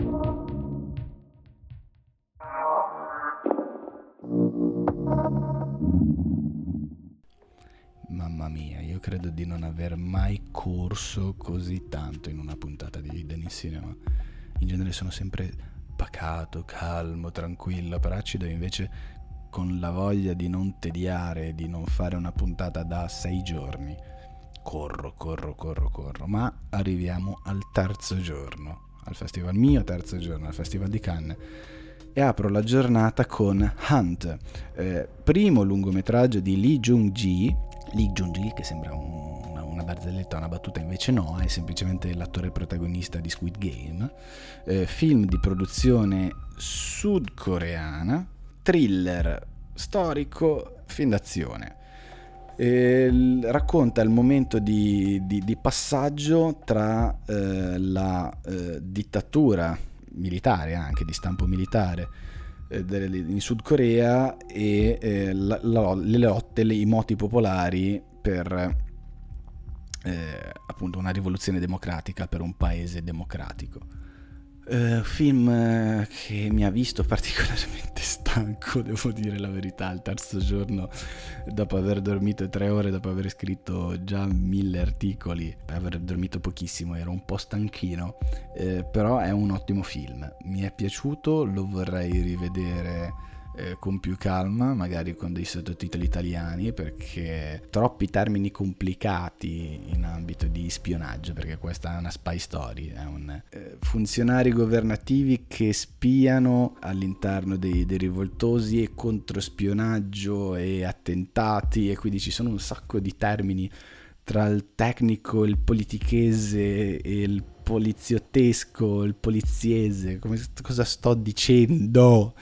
Mamma mia, io credo di non aver mai corso così tanto in una puntata di Hidden in Cinema. In genere sono sempre pacato, calmo, tranquillo, per acido, invece con la voglia di non tediare, di non fare una puntata da sei giorni. Corro, corro, corro, corro, ma arriviamo al terzo giorno, al festival, mio terzo giorno al Festival di Cannes. E apro la giornata con Hunt, eh, primo lungometraggio di Lee Jung-gi, Lee Jung-gi che sembra un, una, una barzelletta, una battuta, invece no, è semplicemente l'attore protagonista di Squid Game, eh, film di produzione sudcoreana, thriller storico, film d'azione. Eh, racconta il momento di, di, di passaggio tra eh, la eh, dittatura militare, anche di stampo militare, eh, in Sud Corea e eh, la, la, le lotte, le, i moti popolari per eh, appunto una rivoluzione democratica, per un paese democratico. Uh, film uh, che mi ha visto particolarmente stanco, devo dire la verità, il terzo giorno, dopo aver dormito tre ore, dopo aver scritto già mille articoli, aver dormito pochissimo, ero un po' stanchino, uh, però è un ottimo film, mi è piaciuto, lo vorrei rivedere Eh, con più calma, magari con dei sottotitoli italiani, perché troppi termini complicati in ambito di spionaggio, perché questa è una spy story, è un eh, funzionari governativi che spiano all'interno dei, dei rivoltosi e controspionaggio e attentati, e quindi ci sono un sacco di termini tra il tecnico, il politichese e il poliziottesco, il poliziese, come, cosa sto dicendo?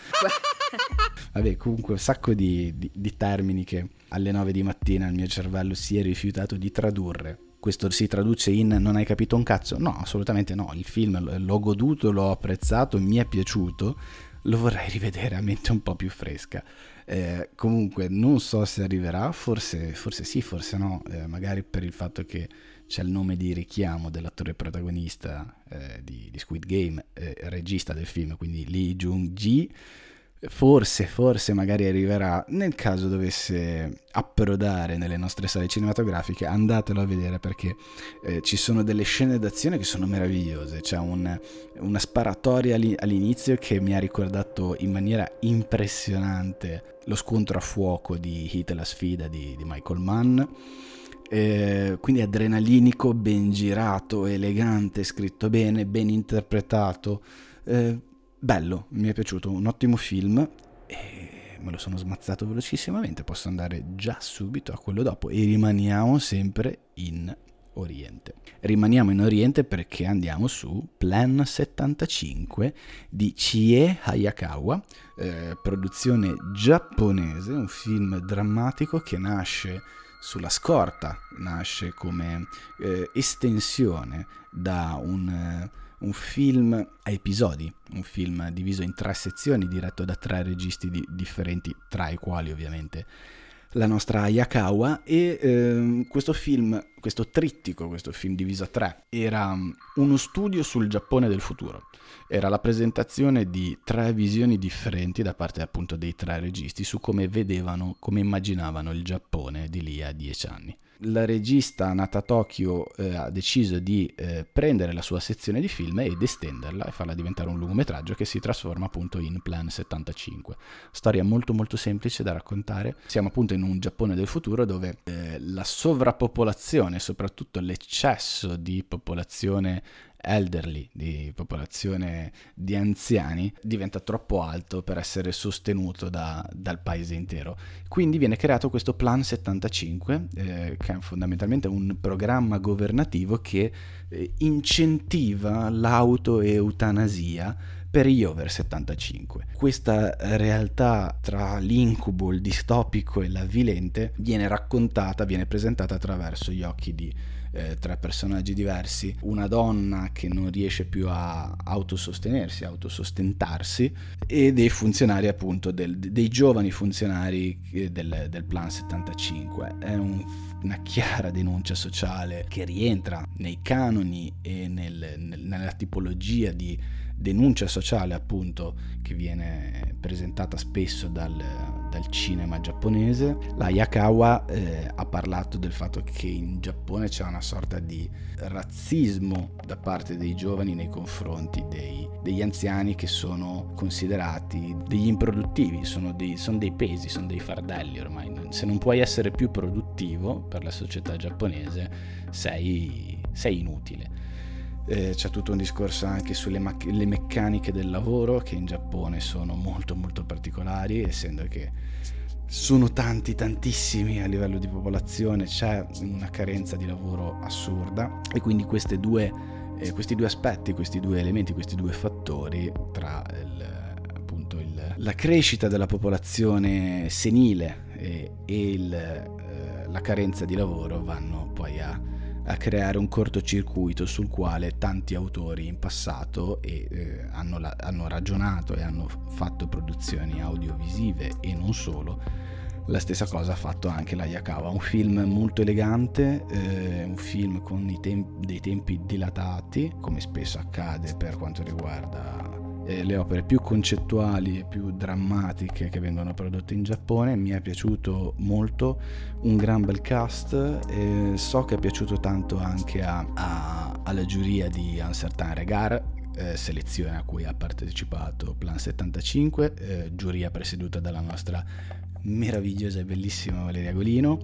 Vabbè, comunque un sacco di, di, di termini che alle nove di mattina il mio cervello si è rifiutato di tradurre. Questo si traduce in non hai capito un cazzo? No, assolutamente no, il film l'ho goduto, l'ho apprezzato, mi è piaciuto, lo vorrei rivedere a mente un po' più fresca. Eh, comunque non so se arriverà, forse, forse sì, forse no, eh, magari per il fatto che c'è il nome di richiamo dell'attore protagonista eh, di, di Squid Game, eh, regista del film, quindi Lee Jung-gi. Forse, forse magari arriverà. Nel caso dovesse approdare nelle nostre sale cinematografiche, andatelo a vedere, perché eh, ci sono delle scene d'azione che sono meravigliose. C'è un, una sparatoria all'inizio che mi ha ricordato in maniera impressionante lo scontro a fuoco di Hit e la sfida di, di Michael Mann. Eh, quindi adrenalinico, ben girato, elegante, scritto bene, ben interpretato. Eh, Bello, mi è piaciuto, un ottimo film e me lo sono smazzato velocissimamente, posso andare già subito a quello dopo e rimaniamo sempre in Oriente. Rimaniamo in Oriente perché andiamo su Plan settantacinque di Chie Hayakawa, eh, produzione giapponese, un film drammatico che nasce sulla scorta, nasce come eh, estensione da un... Eh, un film a episodi, un film diviso in tre sezioni, diretto da tre registi di, differenti, tra i quali ovviamente la nostra Hayakawa, e eh, questo film, questo trittico, questo film diviso a tre, era uno studio sul Giappone del futuro. Era la presentazione di tre visioni differenti da parte appunto dei tre registi su come vedevano, come immaginavano il Giappone di lì a dieci anni. La regista nata a Tokyo eh, ha deciso di eh, prendere la sua sezione di film ed estenderla e farla diventare un lungometraggio che si trasforma appunto in Plan settantacinque. Storia molto molto semplice da raccontare. Siamo appunto in un Giappone del futuro dove eh, la sovrappopolazione, soprattutto l'eccesso di popolazione elderly, di popolazione di anziani, diventa troppo alto per essere sostenuto da, dal paese intero. Quindi viene creato questo Plan settantacinque, eh, che è fondamentalmente un programma governativo che eh, incentiva l'autoeutanasia per gli over settantacinque. Questa realtà tra l'incubo, il distopico e l'avvilente viene raccontata, viene presentata attraverso gli occhi di Eh, tre personaggi diversi, una donna che non riesce più a autosostenersi, a autosostentarsi, e dei funzionari appunto, del, dei giovani funzionari del, del Plan settantacinque. È un, una chiara denuncia sociale che rientra nei canoni e nel, nel, nella tipologia di denuncia sociale appunto che viene presentata spesso dal, dal cinema giapponese. La Hayakawa eh, ha parlato del fatto che in Giappone c'è una sorta di razzismo da parte dei giovani nei confronti dei, degli anziani, che sono considerati degli improduttivi, sono dei, sono dei pesi, sono dei fardelli ormai. Se non puoi essere più produttivo per la società giapponese sei, sei inutile. Eh, c'è tutto un discorso anche sulle mac- le meccaniche del lavoro, che in Giappone sono molto molto particolari, essendo che sono tanti tantissimi a livello di popolazione, c'è una carenza di lavoro assurda, e quindi queste due, eh, questi due aspetti, questi due elementi, questi due fattori tra il, appunto il, la crescita della popolazione senile e, e il, eh, la carenza di lavoro vanno poi a a creare un cortocircuito sul quale tanti autori in passato e, eh, hanno, la, hanno ragionato e hanno fatto produzioni audiovisive e non solo, La stessa cosa ha fatto anche l'Ayakawa, un film molto elegante, eh, un film con i tem- dei tempi dilatati, come spesso accade per quanto riguarda eh, le opere più concettuali e più drammatiche che vengono prodotte in Giappone. Mi è piaciuto molto, un gran bel cast, e so che è piaciuto tanto anche a, a, alla giuria di Un Certain Regard, eh, selezione a cui ha partecipato Plan settantacinque, eh, giuria presieduta dalla nostra meravigliosa e bellissima Valeria Golino,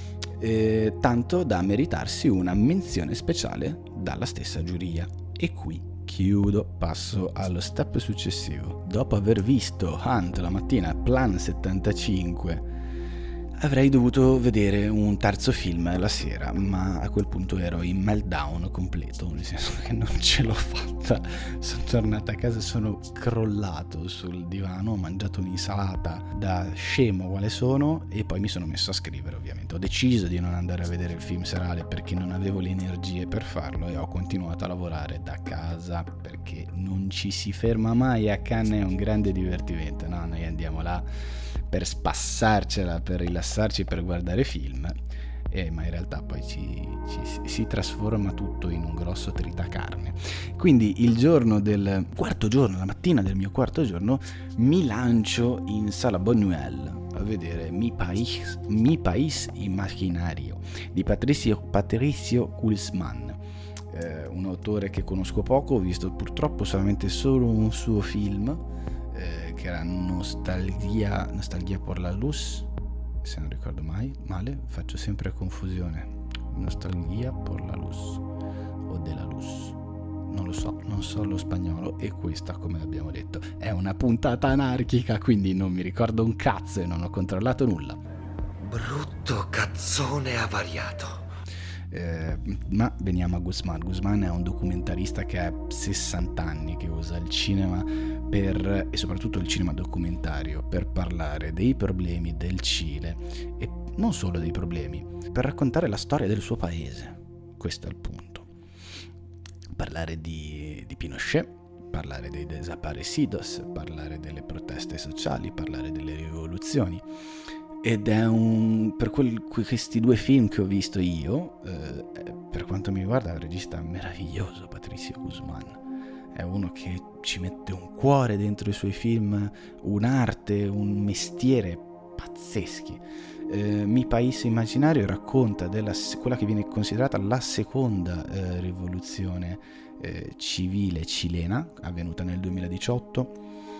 eh, tanto da meritarsi una menzione speciale dalla stessa giuria. E qui chiudo, passo allo step successivo. Dopo aver visto Hunt la mattina, Plan settantacinque, avrei dovuto vedere un terzo film la sera, ma a quel punto ero in meltdown completo, nel senso che non ce l'ho fatta. Sono tornato a casa, sono crollato sul divano, ho mangiato un'insalata da scemo quale sono e poi mi sono messo a scrivere. Ovviamente ho deciso di non andare a vedere il film serale perché non avevo le energie per farlo e ho continuato a lavorare da casa perché non ci si ferma mai. A Cannes è un grande divertimento, no? Noi andiamo là per spassarcela, per rilassarci, per guardare film, eh, ma in realtà poi ci, ci, si trasforma tutto in un grosso tritacarne. Quindi il giorno del quarto giorno, la mattina del mio quarto giorno, mi lancio in Sala Bonnuel a vedere Mi País, Mi País Imaginario di Patricio, Patricio Guzmán, eh, un autore che conosco poco, ho visto purtroppo solamente solo un suo film, Eh, che era Nostalgia, Nostalgia por la Luz, se non ricordo mai male, faccio sempre confusione. Nostalgia por la Luz o de la Luz, non lo so, non so lo spagnolo. E questa, come abbiamo detto, è una puntata anarchica, quindi non mi ricordo un cazzo e non ho controllato nulla. Brutto cazzone avariato. Eh, ma veniamo a Guzmán. Guzmán è un documentarista che ha sessanta anni, che usa il cinema per, e soprattutto il cinema documentario, per parlare dei problemi del Cile e non solo dei problemi, per raccontare la storia del suo paese. Questo è il punto. Parlare di, di Pinochet, parlare dei desaparecidos, parlare delle proteste sociali, parlare delle rivoluzioni. Ed è un, per quel, questi due film che ho visto io, eh, per quanto mi riguarda, è un regista meraviglioso, Patricio Guzmán. È uno che ci mette un cuore dentro i suoi film, un'arte, un mestiere pazzeschi. Eh, Mi País Imaginario racconta della, quella che viene considerata la seconda eh, rivoluzione eh, civile cilena, avvenuta nel duemiladiciotto.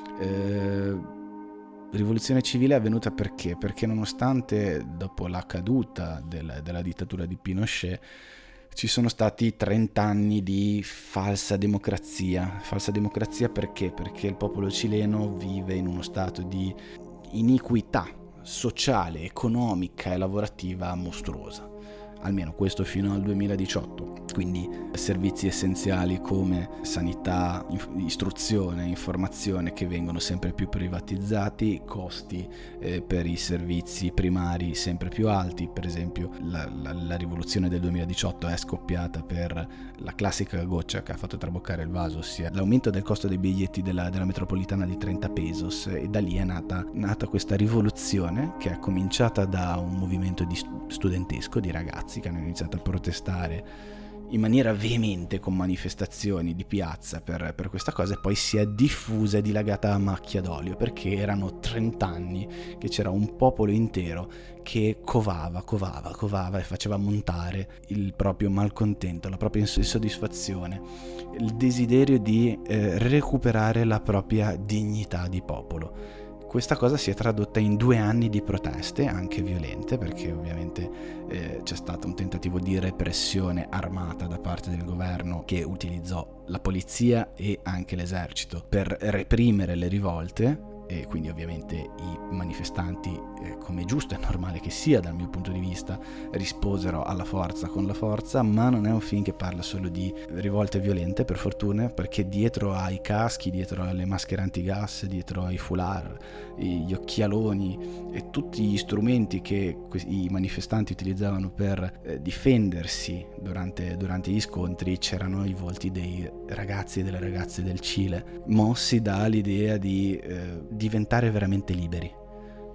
Eh, Rivoluzione civile è avvenuta perché? Perché nonostante dopo la caduta del, della dittatura di Pinochet ci sono stati trenta anni di falsa democrazia. Falsa democrazia perché? Perché il popolo cileno vive in uno stato di iniquità sociale, economica e lavorativa mostruosa. Almeno questo fino al duemiladiciotto. Quindi servizi essenziali come sanità, istruzione, informazione che vengono sempre più privatizzati, costi eh, per i servizi primari sempre più alti. Per esempio la, la, la rivoluzione del duemiladiciotto è scoppiata per la classica goccia che ha fatto traboccare il vaso, ossia l'aumento del costo dei biglietti della, della metropolitana di trenta pesos, e da lì è nata, nata questa rivoluzione che è cominciata da un movimento di studentesco di ragazzi che hanno iniziato a protestare in maniera veemente con manifestazioni di piazza per, per questa cosa, e poi si è diffusa e dilagata a macchia d'olio, perché erano trenta anni che c'era un popolo intero che covava, covava, covava e faceva montare il proprio malcontento, la propria insoddisfazione, il desiderio di eh, recuperare la propria dignità di popolo. Questa cosa si è tradotta in due anni di proteste, anche violente, perché ovviamente eh, c'è stato un tentativo di repressione armata da parte del governo, che utilizzò la polizia e anche l'esercito per reprimere le rivolte, e quindi ovviamente i manifestanti, eh, come giusto e normale che sia dal mio punto di vista, risposero alla forza con la forza. Ma non è un film che parla solo di rivolte violente, per fortuna, perché dietro ai caschi, dietro alle maschere antigas, dietro ai foulard, gli occhialoni e tutti gli strumenti che i manifestanti utilizzavano per eh, difendersi durante, durante gli scontri, c'erano i volti dei ragazzi e delle ragazze del Cile, mossi dall'idea di eh, diventare veramente liberi.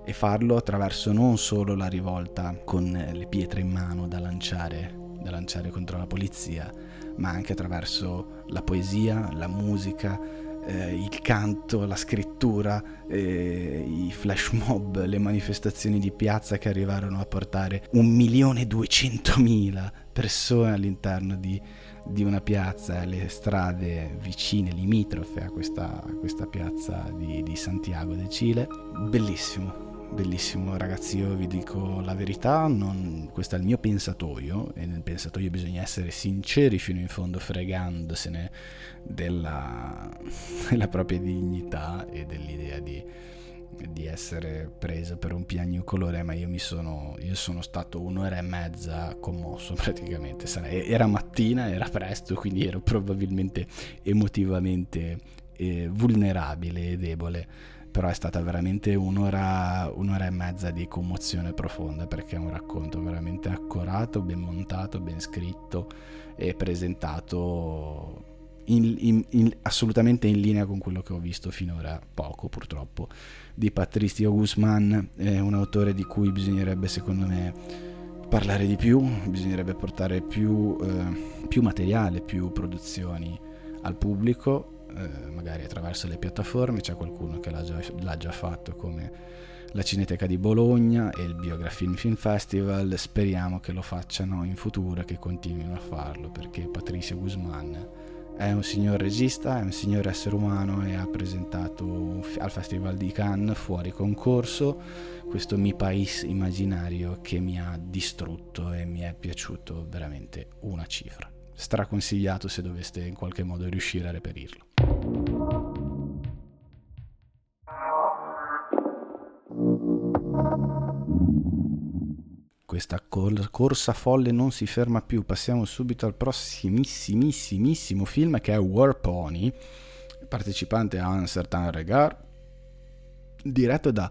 e farlo attraverso non solo la rivolta con le pietre in mano da lanciare, da lanciare contro la polizia, ma anche attraverso la poesia, la musica, eh, il canto, la scrittura, eh, i flash mob, le manifestazioni di piazza che arrivarono a portare un milione e duecentomila persone all'interno di, di una piazza, le strade vicine, limitrofe a questa, a questa piazza di, di Santiago de Chile. Bellissimo. Bellissimo, ragazzi, io vi dico la verità, non, questo è il mio pensatoio, e nel pensatoio bisogna essere sinceri fino in fondo, fregandosene della, della propria dignità e dell'idea di, di essere preso per un piagnucolore, ma io mi sono io sono stato un'ora e mezza commosso praticamente. Era mattina, era presto, quindi ero probabilmente emotivamente eh, vulnerabile e debole, però è stata veramente un'ora, un'ora e mezza di commozione profonda, perché è un racconto veramente accurato, ben montato, ben scritto e presentato in, in, in, assolutamente in linea con quello che ho visto finora, poco purtroppo, di Patricio Guzmán, è un autore di cui bisognerebbe secondo me parlare di più, bisognerebbe portare più, eh, più materiale, più produzioni al pubblico, Eh, magari attraverso le piattaforme. C'è qualcuno che l'ha già, l'ha già fatto, come la Cineteca di Bologna e il Biografilm Film Festival. Speriamo che lo facciano in futuro e che continuino a farlo, perché Patricio Guzmán è un signor regista, è un signor essere umano e ha presentato al Festival di Cannes fuori concorso questo Mi País immaginario che mi ha distrutto e mi è piaciuto veramente una cifra. Straconsigliato se doveste in qualche modo riuscire a reperirlo. Questa cor- corsa folle non si ferma più. Passiamo subito al prossimissimissimo film, che è War Pony, partecipante a Un certain regard, diretto da...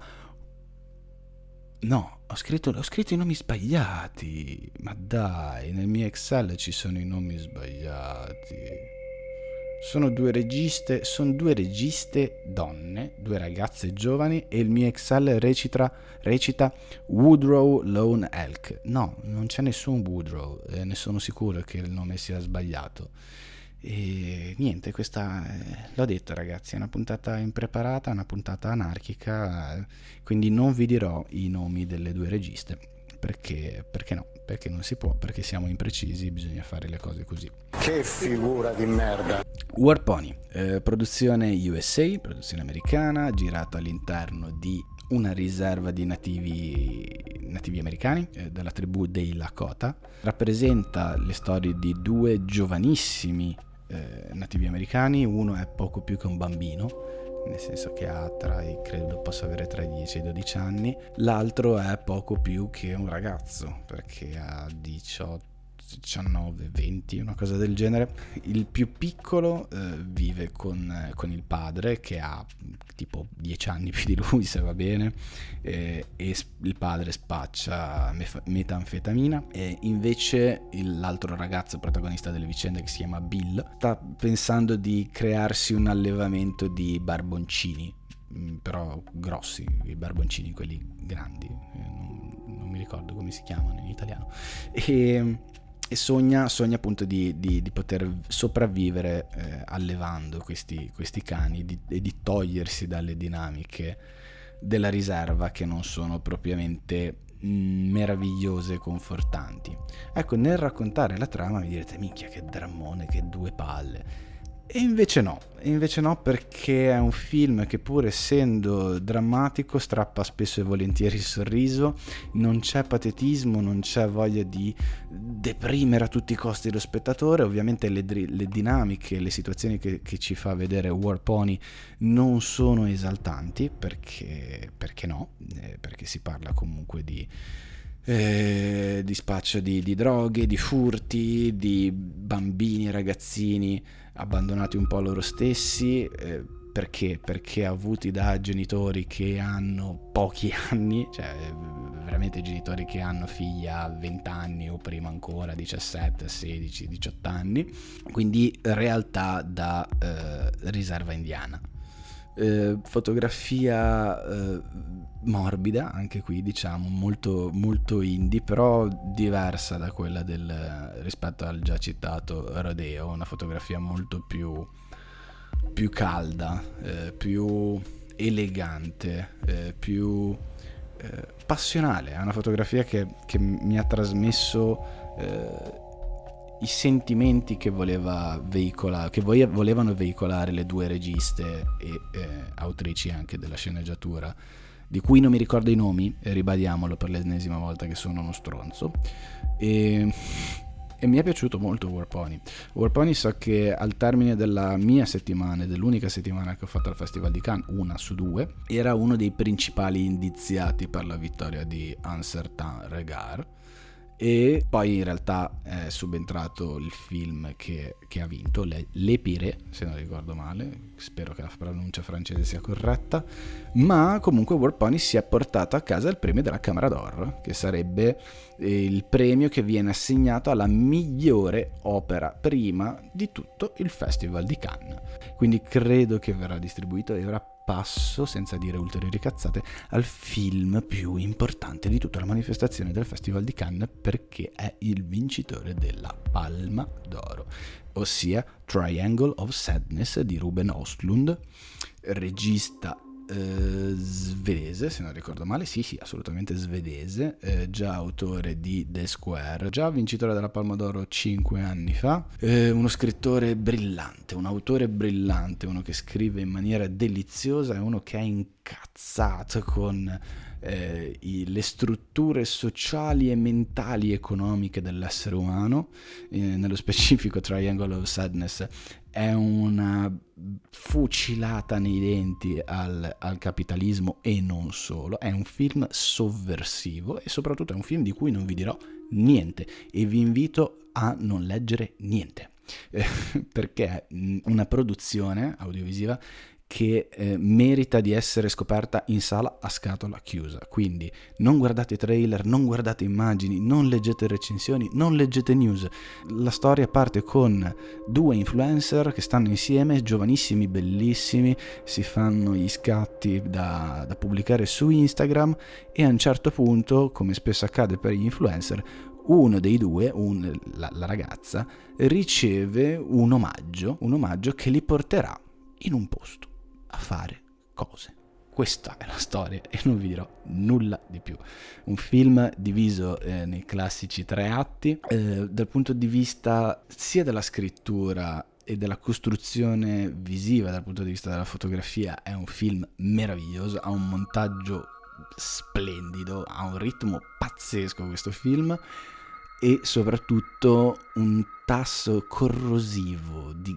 No, ho scritto, ho scritto i nomi sbagliati. Ma dai, nel mio Excel ci sono i nomi sbagliati. Sono due registe, sono due registe donne, due ragazze giovani, e il mio Excel recita, recita Woodrow Lone Elk. No, non c'è nessun Woodrow, eh, ne sono sicuro che il nome sia sbagliato. E niente, questa, eh, l'ho detto ragazzi, è una puntata impreparata, una puntata anarchica, eh, quindi non vi dirò i nomi delle due registe, perché, perché no, perché non si può, perché siamo imprecisi, bisogna fare le cose così. Che figura di merda. War Pony, eh, produzione U S A, produzione americana, girata all'interno di una riserva di nativi, nativi americani, eh, della tribù dei Lakota. Rappresenta le storie di due giovanissimi eh, nativi americani. Uno è poco più che un bambino, nel senso che ha tra i, credo possa avere tra i dieci e i dodici anni. L'altro è poco più che un ragazzo, perché ha diciotto, diciannove, venti, una cosa del genere. Il più piccolo eh, vive con, eh, con il padre, che ha tipo dieci anni più di lui, se va bene, eh, e il padre spaccia mef- metanfetamina. E invece il, l'altro ragazzo protagonista delle vicende, che si chiama Bill, sta pensando di crearsi un allevamento di barboncini, mh, però grossi, i barboncini quelli grandi, eh, non, non mi ricordo come si chiamano in italiano, e E sogna, sogna appunto di, di, di poter sopravvivere eh, allevando questi, questi cani di, e di togliersi dalle dinamiche della riserva, che non sono propriamente mh, meravigliose e confortanti. Ecco, nel raccontare la trama mi direte: minchia, che drammone, che due palle. E invece no, e invece no, perché è un film che, pur essendo drammatico, strappa spesso e volentieri il sorriso. Non c'è patetismo, non c'è voglia di deprimere a tutti i costi lo spettatore. Ovviamente le, le dinamiche, le situazioni che, che ci fa vedere War Pony non sono esaltanti, perché, perché no, eh, perché si parla comunque di Eh, di spaccio di, di droghe, di furti, di bambini e ragazzini abbandonati un po' a loro stessi. Eh, perché? Perché avuti da genitori che hanno pochi anni, cioè veramente genitori che hanno figli a venti anni o prima ancora, diciassette, sedici, diciotto anni, quindi realtà da eh, riserva indiana. Eh, fotografia eh, morbida, anche qui diciamo, molto, molto indie, però diversa da quella del, rispetto al già citato Rodeo, una fotografia molto più, più calda, eh, più elegante, eh, più eh, passionale. È una fotografia che, che mi ha trasmesso eh, i sentimenti che voleva veicolare, che volevano veicolare le due registe e eh, autrici anche della sceneggiatura, di cui non mi ricordo i nomi, e ribadiamolo per l'ennesima volta che sono uno stronzo. E, e mi è piaciuto molto War Pony. War Pony, so che al termine della mia settimana, dell'unica settimana che ho fatto al Festival di Cannes, una su due, era uno dei principali indiziati per la vittoria di Un Certain Regard. E poi in realtà è subentrato il film che, che ha vinto, Le, Le Pirée, se non ricordo male, spero che la pronuncia francese sia corretta, ma comunque War Pony si è portato a casa il premio della Camera d'Or, che sarebbe il premio che viene assegnato alla migliore opera prima di tutto il Festival di Cannes. Quindi credo che verrà distribuito, e ora passo, senza dire ulteriori cazzate, al film più importante di tutta la manifestazione del Festival di Cannes, perché è il vincitore della Palma d'Oro, ossia Triangle of Sadness di Ruben Östlund, regista eh, svedese, se non ricordo male, sì sì, assolutamente svedese, eh, già autore di The Square, già vincitore della Palma d'Oro cinque anni fa, eh, uno scrittore brillante, un autore brillante, uno che scrive in maniera deliziosa, è uno che è incazzato con eh, i, le strutture sociali e mentali economiche dell'essere umano, eh, nello specifico Triangle of Sadness è una fucilata nei denti al, al capitalismo e non solo. È un film sovversivo e soprattutto è un film di cui non vi dirò niente e vi invito a non leggere niente, eh, perché è una produzione audiovisiva che eh, merita di essere scoperta in sala a scatola chiusa. Quindi non guardate trailer, non guardate immagini, non leggete recensioni, non leggete news. La storia parte con due influencer che stanno insieme, giovanissimi, bellissimi, si fanno gli scatti da, da pubblicare su Instagram, e a un certo punto, come spesso accade per gli influencer, uno dei due, un, la, la ragazza, riceve un omaggio, un omaggio che li porterà in un posto a fare cose. Questa è la storia e non vi dirò nulla di più. Un film diviso eh, nei classici tre atti, eh, dal punto di vista sia della scrittura e della costruzione visiva, dal punto di vista della fotografia, è un film meraviglioso, ha un montaggio splendido, ha un ritmo pazzesco questo film, e soprattutto un tasso corrosivo di,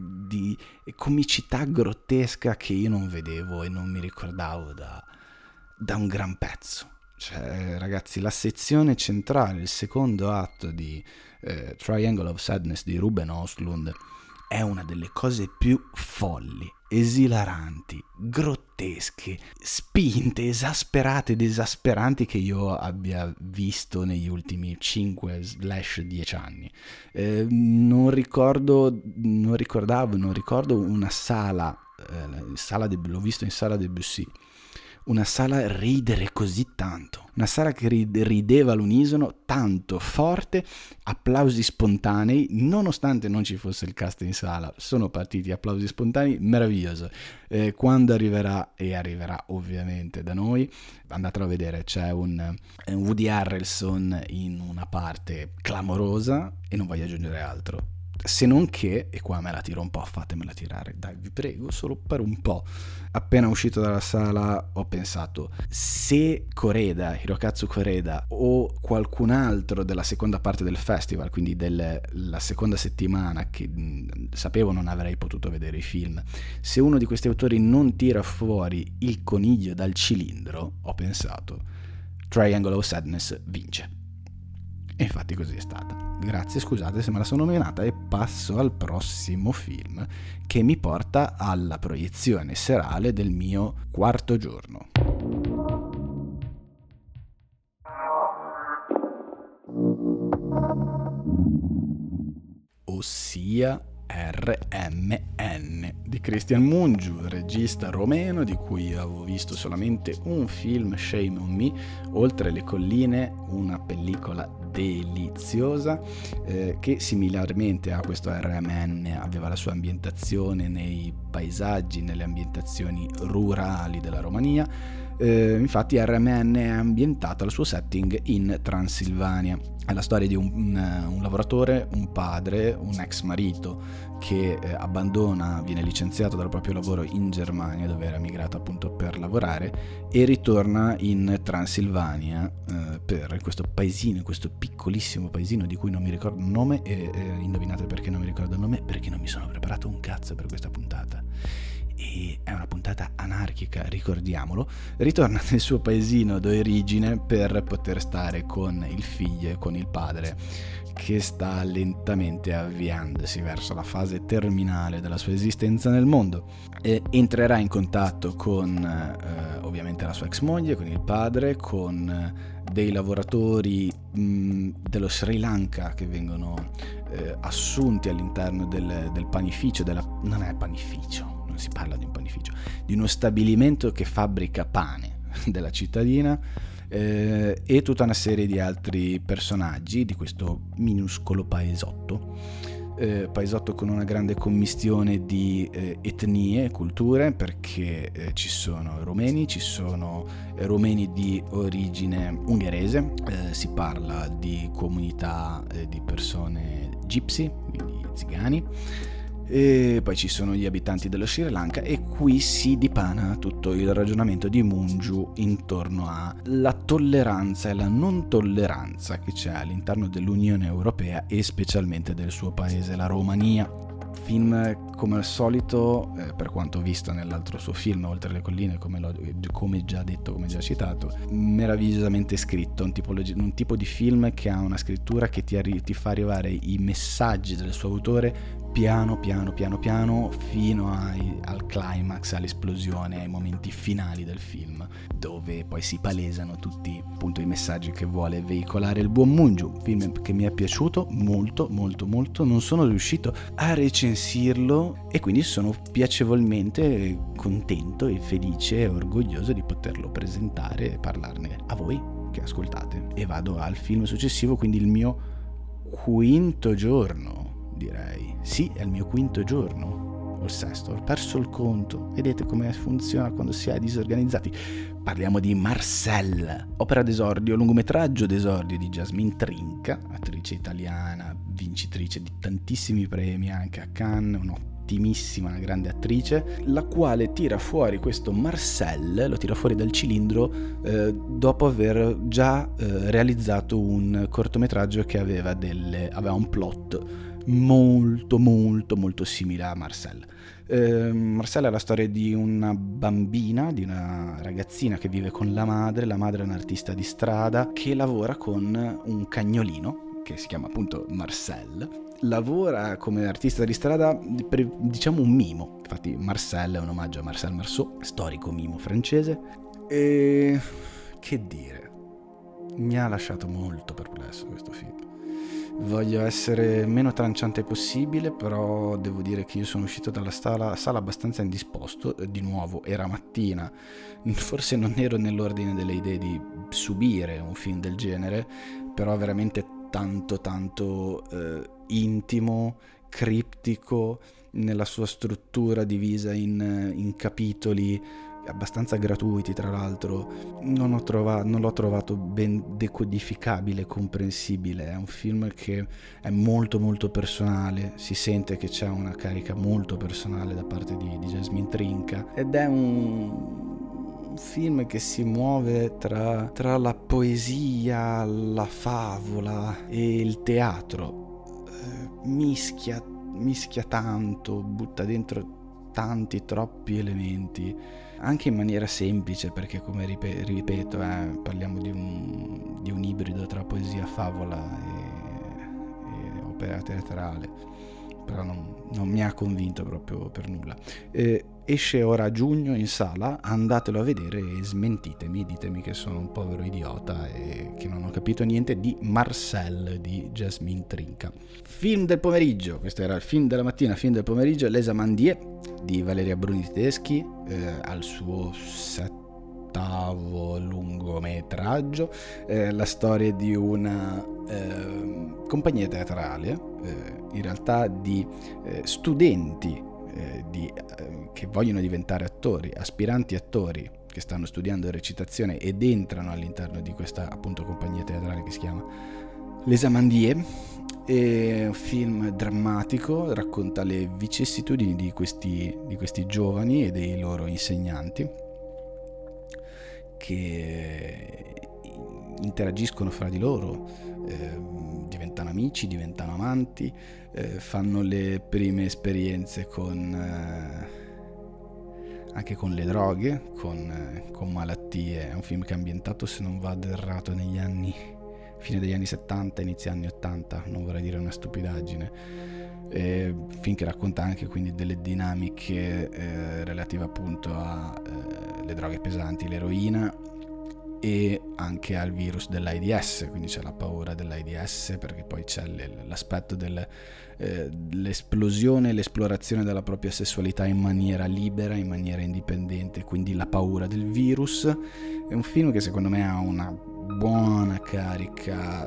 di comicità grottesca che io non vedevo e non mi ricordavo da, da un gran pezzo. Cioè, ragazzi, la sezione centrale, il secondo atto di eh, Triangle of Sadness di Ruben Östlund è una delle cose più folli, esilaranti, grottesche, spinte, esasperate ed esasperanti che io abbia visto negli ultimi cinque dieci anni. Eh, non ricordo, non ricordavo, non ricordo una sala, eh, sala de, l'ho visto in sala Debussy, una sala ridere così tanto, una sala che rideva all'unisono tanto forte, applausi spontanei, nonostante non ci fosse il cast in sala, sono partiti applausi spontanei, meraviglioso. Eh, quando arriverà, e arriverà ovviamente da noi, andatelo a vedere, c'è un, un Woody Harrelson in una parte clamorosa e non voglio aggiungere altro. Se non che, e qua me la tiro un po', fatemela tirare, dai, vi prego, solo per un po'. Appena uscito dalla sala ho pensato, se Koreda, Hirokazu Koreda o qualcun altro della seconda parte del festival, quindi della seconda settimana che mh, sapevo non avrei potuto vedere i film, se uno di questi autori non tira fuori il coniglio dal cilindro, ho pensato, Triangle of Sadness vince. E infatti così è stata. Grazie, scusate se me la sono menata, e passo al prossimo film che mi porta alla proiezione serale del mio quarto giorno. Ossia R M N di Christian Mungiu, regista romeno di cui avevo visto solamente un film, Shame on Me, Oltre le colline, una pellicola deliziosa eh, che similarmente a questo R M N aveva la sua ambientazione nei paesaggi, nelle ambientazioni rurali della Romania. Eh, infatti R M N è ambientata, il suo setting, in Transilvania. È la storia di un, un, un lavoratore, un padre, un ex marito che eh, abbandona, viene licenziato dal proprio lavoro in Germania, dove era migrato appunto per lavorare, e ritorna in Transilvania eh, per questo paesino, questo piccolissimo paesino di cui non mi ricordo il nome, e eh, indovinate perché non mi ricordo il nome? Perché non mi sono preparato un cazzo per questa puntata. E è una puntata anarchica, ricordiamolo. Ritorna nel suo paesino d'origine per poter stare con il figlio e con il padre, che sta lentamente avviandosi verso la fase terminale della sua esistenza nel mondo. E entrerà in contatto con eh, ovviamente la sua ex moglie, con il padre, con eh, dei lavoratori mh, dello Sri Lanka che vengono eh, assunti all'interno del, del panificio, della, non è panificio, non si parla di un panificio, di uno stabilimento che fabbrica pane della cittadina, eh, e tutta una serie di altri personaggi di questo minuscolo paesotto, eh, paesotto con una grande commistione di eh, etnie e culture, perché eh, ci sono romeni, ci sono eh, romeni di origine ungherese, eh, si parla di comunità eh, di persone gypsy, quindi zigani, e poi ci sono gli abitanti dello Sri Lanka, e qui si dipana tutto il ragionamento di Mungiu intorno alla tolleranza e la non tolleranza che c'è all'interno dell'Unione Europea e specialmente del suo paese, la Romania. Film come al solito, eh, per quanto visto nell'altro suo film Oltre le colline, come, l'ho, come già detto, come già citato, meravigliosamente scritto, un, tipologi- un tipo di film che ha una scrittura che ti, arri- ti fa arrivare i messaggi del suo autore piano piano piano piano fino ai, al climax, all'esplosione, ai momenti finali del film, dove poi si palesano tutti appunto i messaggi che vuole veicolare il buon Mungiu. Film che mi è piaciuto molto molto molto, non sono riuscito a recensirlo e quindi sono piacevolmente contento e felice e orgoglioso di poterlo presentare e parlarne a voi che ascoltate. E vado al film successivo, quindi il mio quinto giorno, direi. Sì, è il mio quinto giorno, o il sesto, ho perso il conto. Vedete come funziona quando si è disorganizzati. Parliamo di Marcel, opera d'esordio, lungometraggio d'esordio di Jasmine Trinca, attrice italiana, vincitrice di tantissimi premi anche a Cannes, un'ottimissima, una grande attrice, la quale tira fuori questo Marcel, lo tira fuori dal cilindro eh, dopo aver già eh, realizzato un cortometraggio che aveva, delle, aveva un plot molto molto molto simile a Marcel. Eh, Marcel è la storia di una bambina, di una ragazzina che vive con la madre. La madre è un'artista di strada che lavora con un cagnolino che si chiama appunto Marcel. Lavora come artista di strada per, diciamo, un mimo. Infatti Marcel è un omaggio a Marcel Marceau, storico mimo francese. E che dire, mi ha lasciato molto perplesso questo film. Voglio essere meno tranciante possibile, però devo dire che io sono uscito dalla sala, sala abbastanza indisposto. Di nuovo, era mattina, forse non ero nell'ordine delle idee di subire un film del genere, però veramente tanto tanto eh, intimo, criptico nella sua struttura, divisa in, in capitoli abbastanza gratuiti, tra l'altro. Non, ho trovato, non l'ho trovato ben decodificabile, comprensibile. È un film che è molto molto personale, si sente che c'è una carica molto personale da parte di, di Jasmine Trinca, ed è un, un film che si muove tra, tra la poesia, la favola e il teatro. Eh, mischia, mischia tanto, butta dentro tanti, troppi elementi, anche in maniera semplice, perché come rip- ripeto eh, parliamo di un, di un ibrido tra poesia, favola e, e opera teatrale, però non, non mi ha convinto proprio per nulla. E esce ora a giugno in sala, andatelo a vedere e smentitemi, ditemi che sono un povero idiota e che non ho capito niente di Marcel di Jasmine Trinca. Film del pomeriggio, questo era il film della mattina, film del pomeriggio, Les Amandiers di Valeria Bruni Tedeschi, eh, al suo settavo lungometraggio, eh, la storia di una eh, compagnia teatrale, eh, in realtà di eh, studenti eh, di, eh, che vogliono diventare attori, aspiranti attori che stanno studiando recitazione ed entrano all'interno di questa appunto compagnia teatrale che si chiama Les Amandiers. È un film drammatico, racconta le vicissitudini di questi, di questi giovani e dei loro insegnanti che interagiscono fra di loro, eh, diventano amici, diventano amanti, eh, fanno le prime esperienze con eh, anche con le droghe, con, eh, con malattie. È un film che è ambientato, se non vado errato, negli anni fine degli anni settanta, inizio anni ottanta, non vorrei dire una stupidaggine. Eh, film che racconta anche quindi delle dinamiche eh, relative appunto alle eh, droghe pesanti, l'eroina, e anche al virus dell'AIDS, quindi c'è la paura dell'AIDS perché poi c'è l'aspetto dell'esplosione e l'esplorazione della propria sessualità in maniera libera, in maniera indipendente, quindi la paura del virus. È un film che secondo me ha una buona carica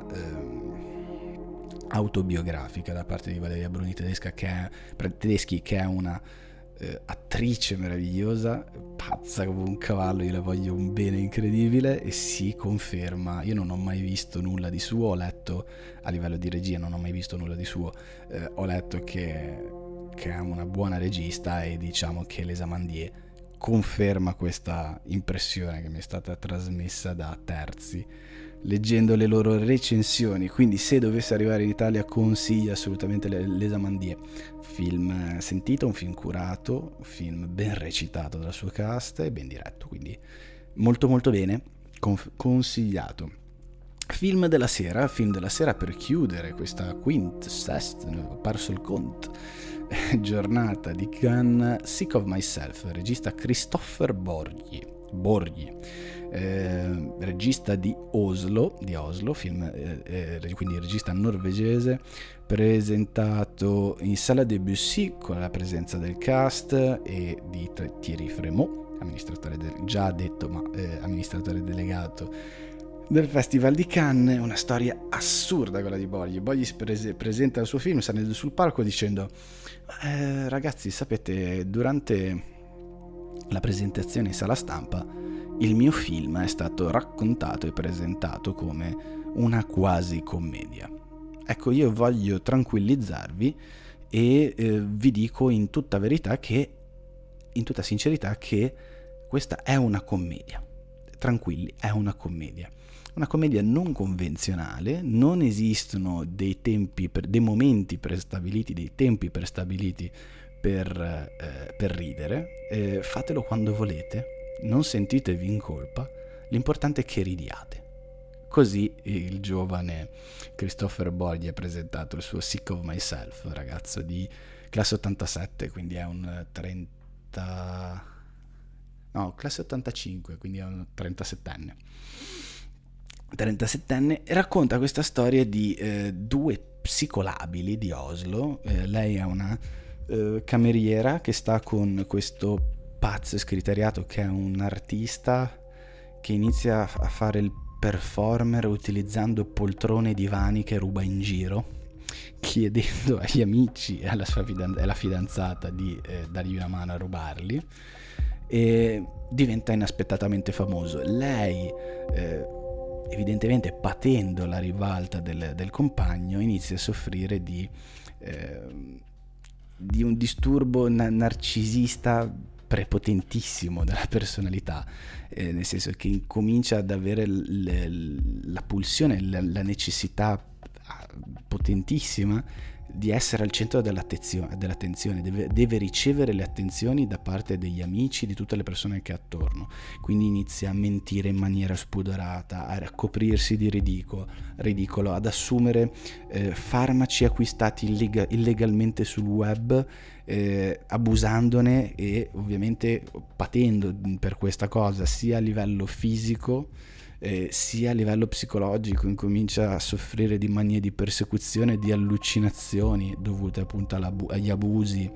eh, autobiografica da parte di Valeria Bruni Tedesca, che è, Tedeschi, che è una eh, attrice meravigliosa, pazza come un cavallo, io le voglio un bene incredibile e si conferma. Io non ho mai visto nulla di suo, ho letto a livello di regia, non ho mai visto nulla di suo, eh, ho letto che, che è una buona regista e diciamo che Les Amandiers conferma questa impressione che mi è stata trasmessa da terzi leggendo le loro recensioni. Quindi se dovesse arrivare in Italia consiglio assolutamente Les Amandiers, film sentito, un film curato, un film ben recitato dal suo cast e ben diretto, quindi molto molto bene, conf- consigliato. Film della sera, film della sera per chiudere questa quint, sest, ho perso il conto, giornata di Cannes, Sick of Myself, regista Christopher Borghi, Borghi eh, regista di Oslo, di Oslo film, eh, eh, quindi regista norvegese, presentato in Sala Debussy con la presenza del cast e di Thierry Frémaux, amministratore del, già detto ma eh, amministratore delegato del Festival di Cannes. Una storia assurda quella di Borghi. Borghi prese, presenta il suo film salendo sul palco dicendo eh, ragazzi, sapete, durante la presentazione in sala stampa il mio film è stato raccontato e presentato come una quasi commedia. Ecco, io voglio tranquillizzarvi e eh, vi dico in tutta verità che, in tutta sincerità, che questa è una commedia. Tranquilli, è una commedia. Una commedia non convenzionale, non esistono dei tempi, per, dei momenti prestabiliti, dei tempi prestabiliti per, eh, per ridere. Eh, fatelo quando volete, non sentitevi in colpa, l'importante è che ridiate. Così il giovane Christopher Borghi ha presentato il suo Sick of Myself, ragazzo di classe ottantasette, quindi è un trenta... no, classe ottantacinque, quindi è un trentasettenne. trentasettenne, e racconta questa storia di eh, due psicolabili di Oslo. Eh, lei è una eh, cameriera che sta con questo pazzo scriteriato che è un artista che inizia a fare il performer utilizzando poltrone e divani che ruba in giro, chiedendo agli amici e alla sua fidan- alla fidanzata di eh, dargli una mano a rubarli, e diventa inaspettatamente famoso. Lei eh, evidentemente, patendo la ribalta del, del compagno, inizia a soffrire di, eh, di un disturbo na- narcisista prepotentissimo della personalità, eh, nel senso che incomincia ad avere l- l- la pulsione, la, la necessità potentissima di essere al centro dell'attenzione, dell'attenzione deve, deve ricevere le attenzioni da parte degli amici, di tutte le persone che ha attorno, quindi inizia a mentire in maniera spudorata, a coprirsi di ridicolo, ridicolo ad assumere eh, farmaci acquistati illega- illegalmente sul web, eh, abusandone e ovviamente patendo per questa cosa sia a livello fisico Eh, sia a livello psicologico. Incomincia a soffrire di manie di persecuzione, di allucinazioni dovute appunto agli abusi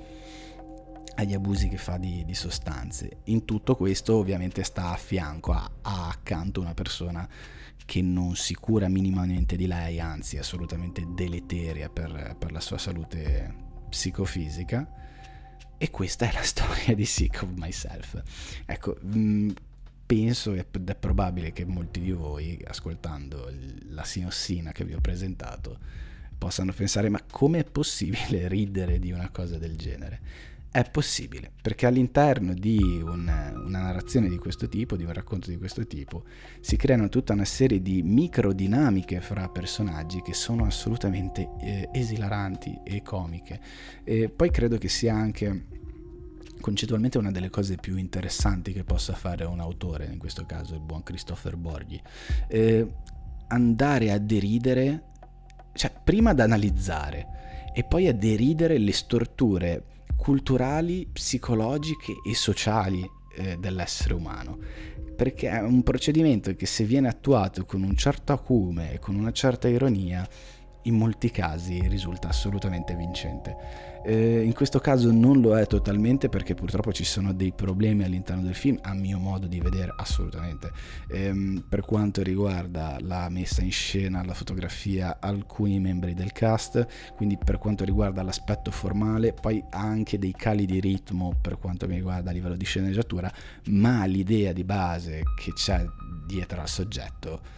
agli abusi che fa di, di sostanze. In tutto questo ovviamente sta a fianco, ha, ha accanto una persona che non si cura minimamente di lei, anzi è assolutamente deleteria per, per la sua salute psicofisica, e questa è la storia di Sick of Myself. Ecco, mh, penso ed è probabile che molti di voi, ascoltando la sinossina che vi ho presentato, possano pensare: ma com'è possibile ridere di una cosa del genere? È possibile, perché all'interno di un, una narrazione di questo tipo, di un racconto di questo tipo, si creano tutta una serie di microdinamiche fra personaggi che sono assolutamente eh, esilaranti e comiche. E poi credo che sia anche concettualmente una delle cose più interessanti che possa fare un autore, in questo caso il buon Christopher Borghi, eh, andare a deridere, cioè prima ad analizzare e poi a deridere le storture culturali, psicologiche e sociali eh, dell'essere umano, perché è un procedimento che, se viene attuato con un certo acume e con una certa ironia, in molti casi risulta assolutamente vincente. Eh, in questo caso non lo è totalmente, perché purtroppo ci sono dei problemi all'interno del film, a mio modo di vedere assolutamente, ehm, per quanto riguarda la messa in scena, la fotografia, alcuni membri del cast, quindi per quanto riguarda l'aspetto formale, poi anche dei cali di ritmo per quanto mi riguarda a livello di sceneggiatura, ma l'idea di base che c'è dietro al soggetto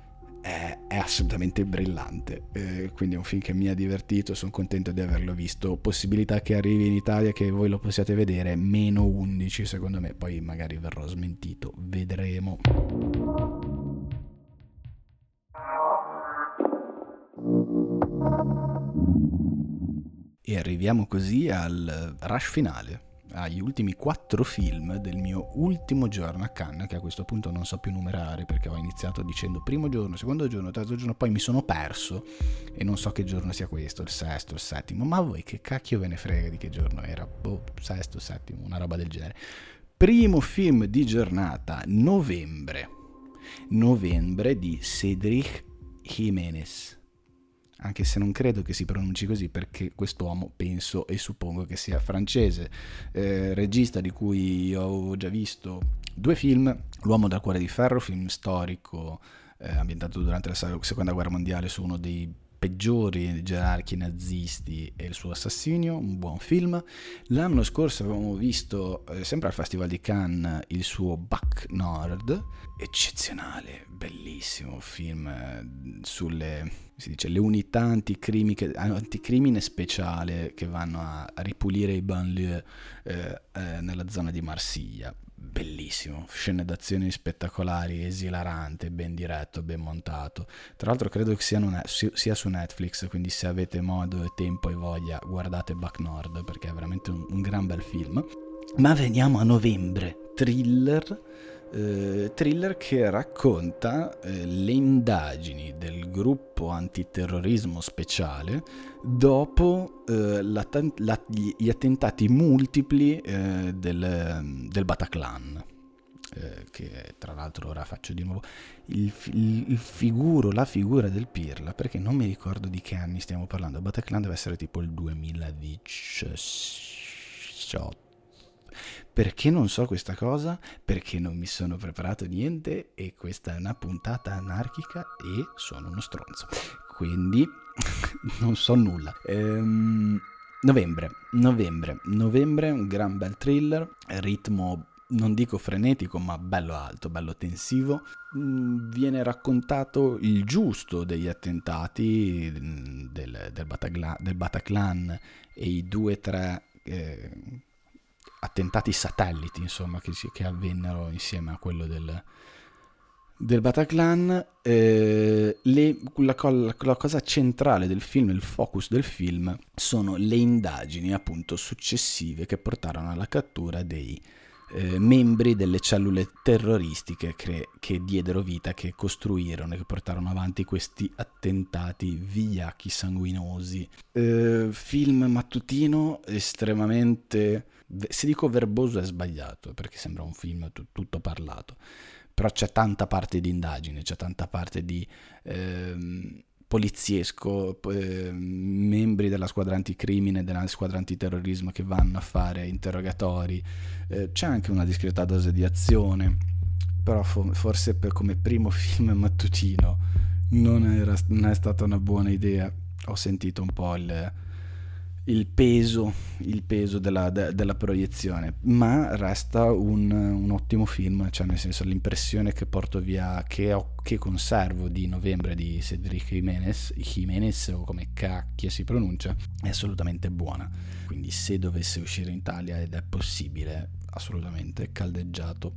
È, è assolutamente brillante, eh, quindi è un film che mi ha divertito, sono contento di averlo visto. Possibilità che arrivi in Italia, che voi lo possiate vedere, meno undici secondo me, poi magari verrò smentito, vedremo. E arriviamo così al rush finale, agli ultimi quattro film del mio ultimo giorno a Cannes, che a questo punto non so più numerare, perché ho iniziato dicendo primo giorno, secondo giorno, terzo giorno, poi mi sono perso e non so che giorno sia questo, il sesto, il settimo, ma a voi che cacchio ve ne frega di che giorno era? Boh, sesto, settimo, una roba del genere. Primo film di giornata, novembre, novembre di Cédric Jiménez, anche se non credo che si pronunci così, perché quest'uomo penso e suppongo che sia francese, eh, regista di cui ho già visto due film: L'uomo dal cuore di ferro, film storico eh, ambientato durante la seconda guerra mondiale su uno dei peggiori gerarchi nazisti e il suo assassinio, un buon film. L'anno scorso avevamo visto eh, sempre al Festival di Cannes il suo Bac Nord, eccezionale, bellissimo film eh, sulle, si dice, le unità anticrimine, anticrimine speciale che vanno a, a ripulire i banlieue eh, eh, nella zona di Marsiglia. Bellissimo, scene d'azione spettacolari, esilarante, ben diretto, ben montato. Tra l'altro credo che sia, una, sia su Netflix, quindi se avete modo e tempo e voglia guardate Bac Nord, perché è veramente un, un gran bel film. Ma veniamo a novembre, thriller, eh, thriller che racconta eh, le indagini del gruppo antiterrorismo speciale dopo eh, la, la, gli attentati multipli eh, del, del Bataclan, eh, che tra l'altro ora faccio di nuovo il, il, il figuro, la figura del Pirla, perché non mi ricordo di che anni stiamo parlando. Il Bataclan deve essere tipo il duemiladiciotto. Perché non so questa cosa? Perché non mi sono preparato niente e questa è una puntata anarchica e sono uno stronzo, quindi non so nulla. ehm, novembre novembre novembre un gran bel thriller, ritmo non dico frenetico ma bello alto, bello tensivo. Viene raccontato il giusto degli attentati del, del, Bataclan, del Bataclan e i due tre eh, attentati satelliti, insomma, che, che avvennero insieme a quello del, del Bataclan, eh, le, la, la, la cosa centrale del film, il focus del film, sono le indagini appunto successive che portarono alla cattura dei eh, membri delle cellule terroristiche che, che diedero vita, che costruirono e che portarono avanti questi attentati vigliacchi, sanguinosi. Eh, film mattutino estremamente, se dico verboso è sbagliato perché sembra un film t- tutto parlato, però c'è tanta parte di indagine, c'è tanta parte di ehm, poliziesco, eh, membri della squadra anticrimine, della squadra antiterrorismo che vanno a fare interrogatori, eh, c'è anche una discreta dose di azione, però fo- forse per come primo film mattutino non, era, non è stata una buona idea. Ho sentito un po' il... il peso, il peso della, de, della proiezione, ma resta un, un ottimo film, cioè nel senso l'impressione che porto via, che, ho, che conservo di Novembre di Cedric Jiménez, Jiménez o come cacchio si pronuncia, è assolutamente buona, quindi se dovesse uscire in Italia, ed è possibile, assolutamente caldeggiato.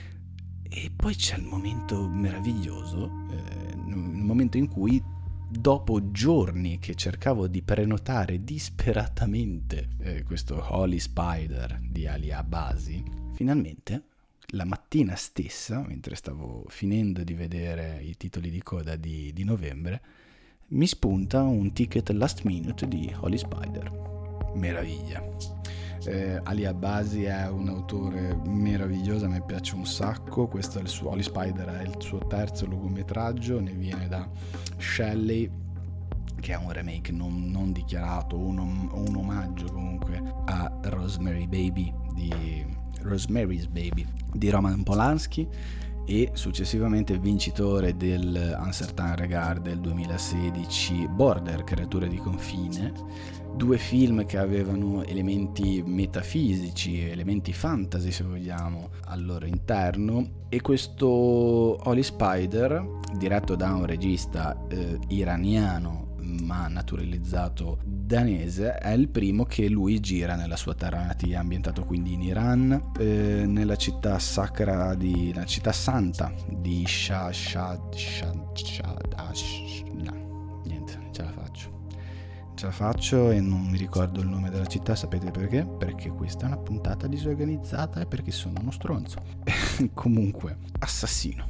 E poi c'è il momento meraviglioso, eh, il momento in cui, dopo giorni che cercavo di prenotare disperatamente eh, questo Holy Spider di Ali Abbasi, finalmente la mattina stessa, mentre stavo finendo di vedere i titoli di coda di, di Novembre, mi spunta un ticket last minute di Holy Spider. Meraviglia. Eh, Ali Abbasi è un autore meraviglioso, a me piace un sacco. Questo è il suo, Holy Spider è il suo terzo lungometraggio, ne viene da Shelley, che è un remake non, non dichiarato, un, un omaggio comunque a Rosemary Baby di Rosemary's Baby di Roman Polanski, e successivamente vincitore del Uncertain Regard del duemilasedici Border, Creature di confine, due film che avevano elementi metafisici, elementi fantasy se vogliamo al loro interno. E questo Holy Spider, diretto da un regista eh, iraniano ma naturalizzato danese, è il primo che lui gira nella sua terra natia, ambientato quindi in Iran, eh, nella città sacra di, la città santa di Shah Shah Shah Shah no, niente, ce la faccio ce la faccio e non mi ricordo il nome della città. Sapete perché? Perché questa è una puntata disorganizzata e perché sono uno stronzo. Comunque, assassino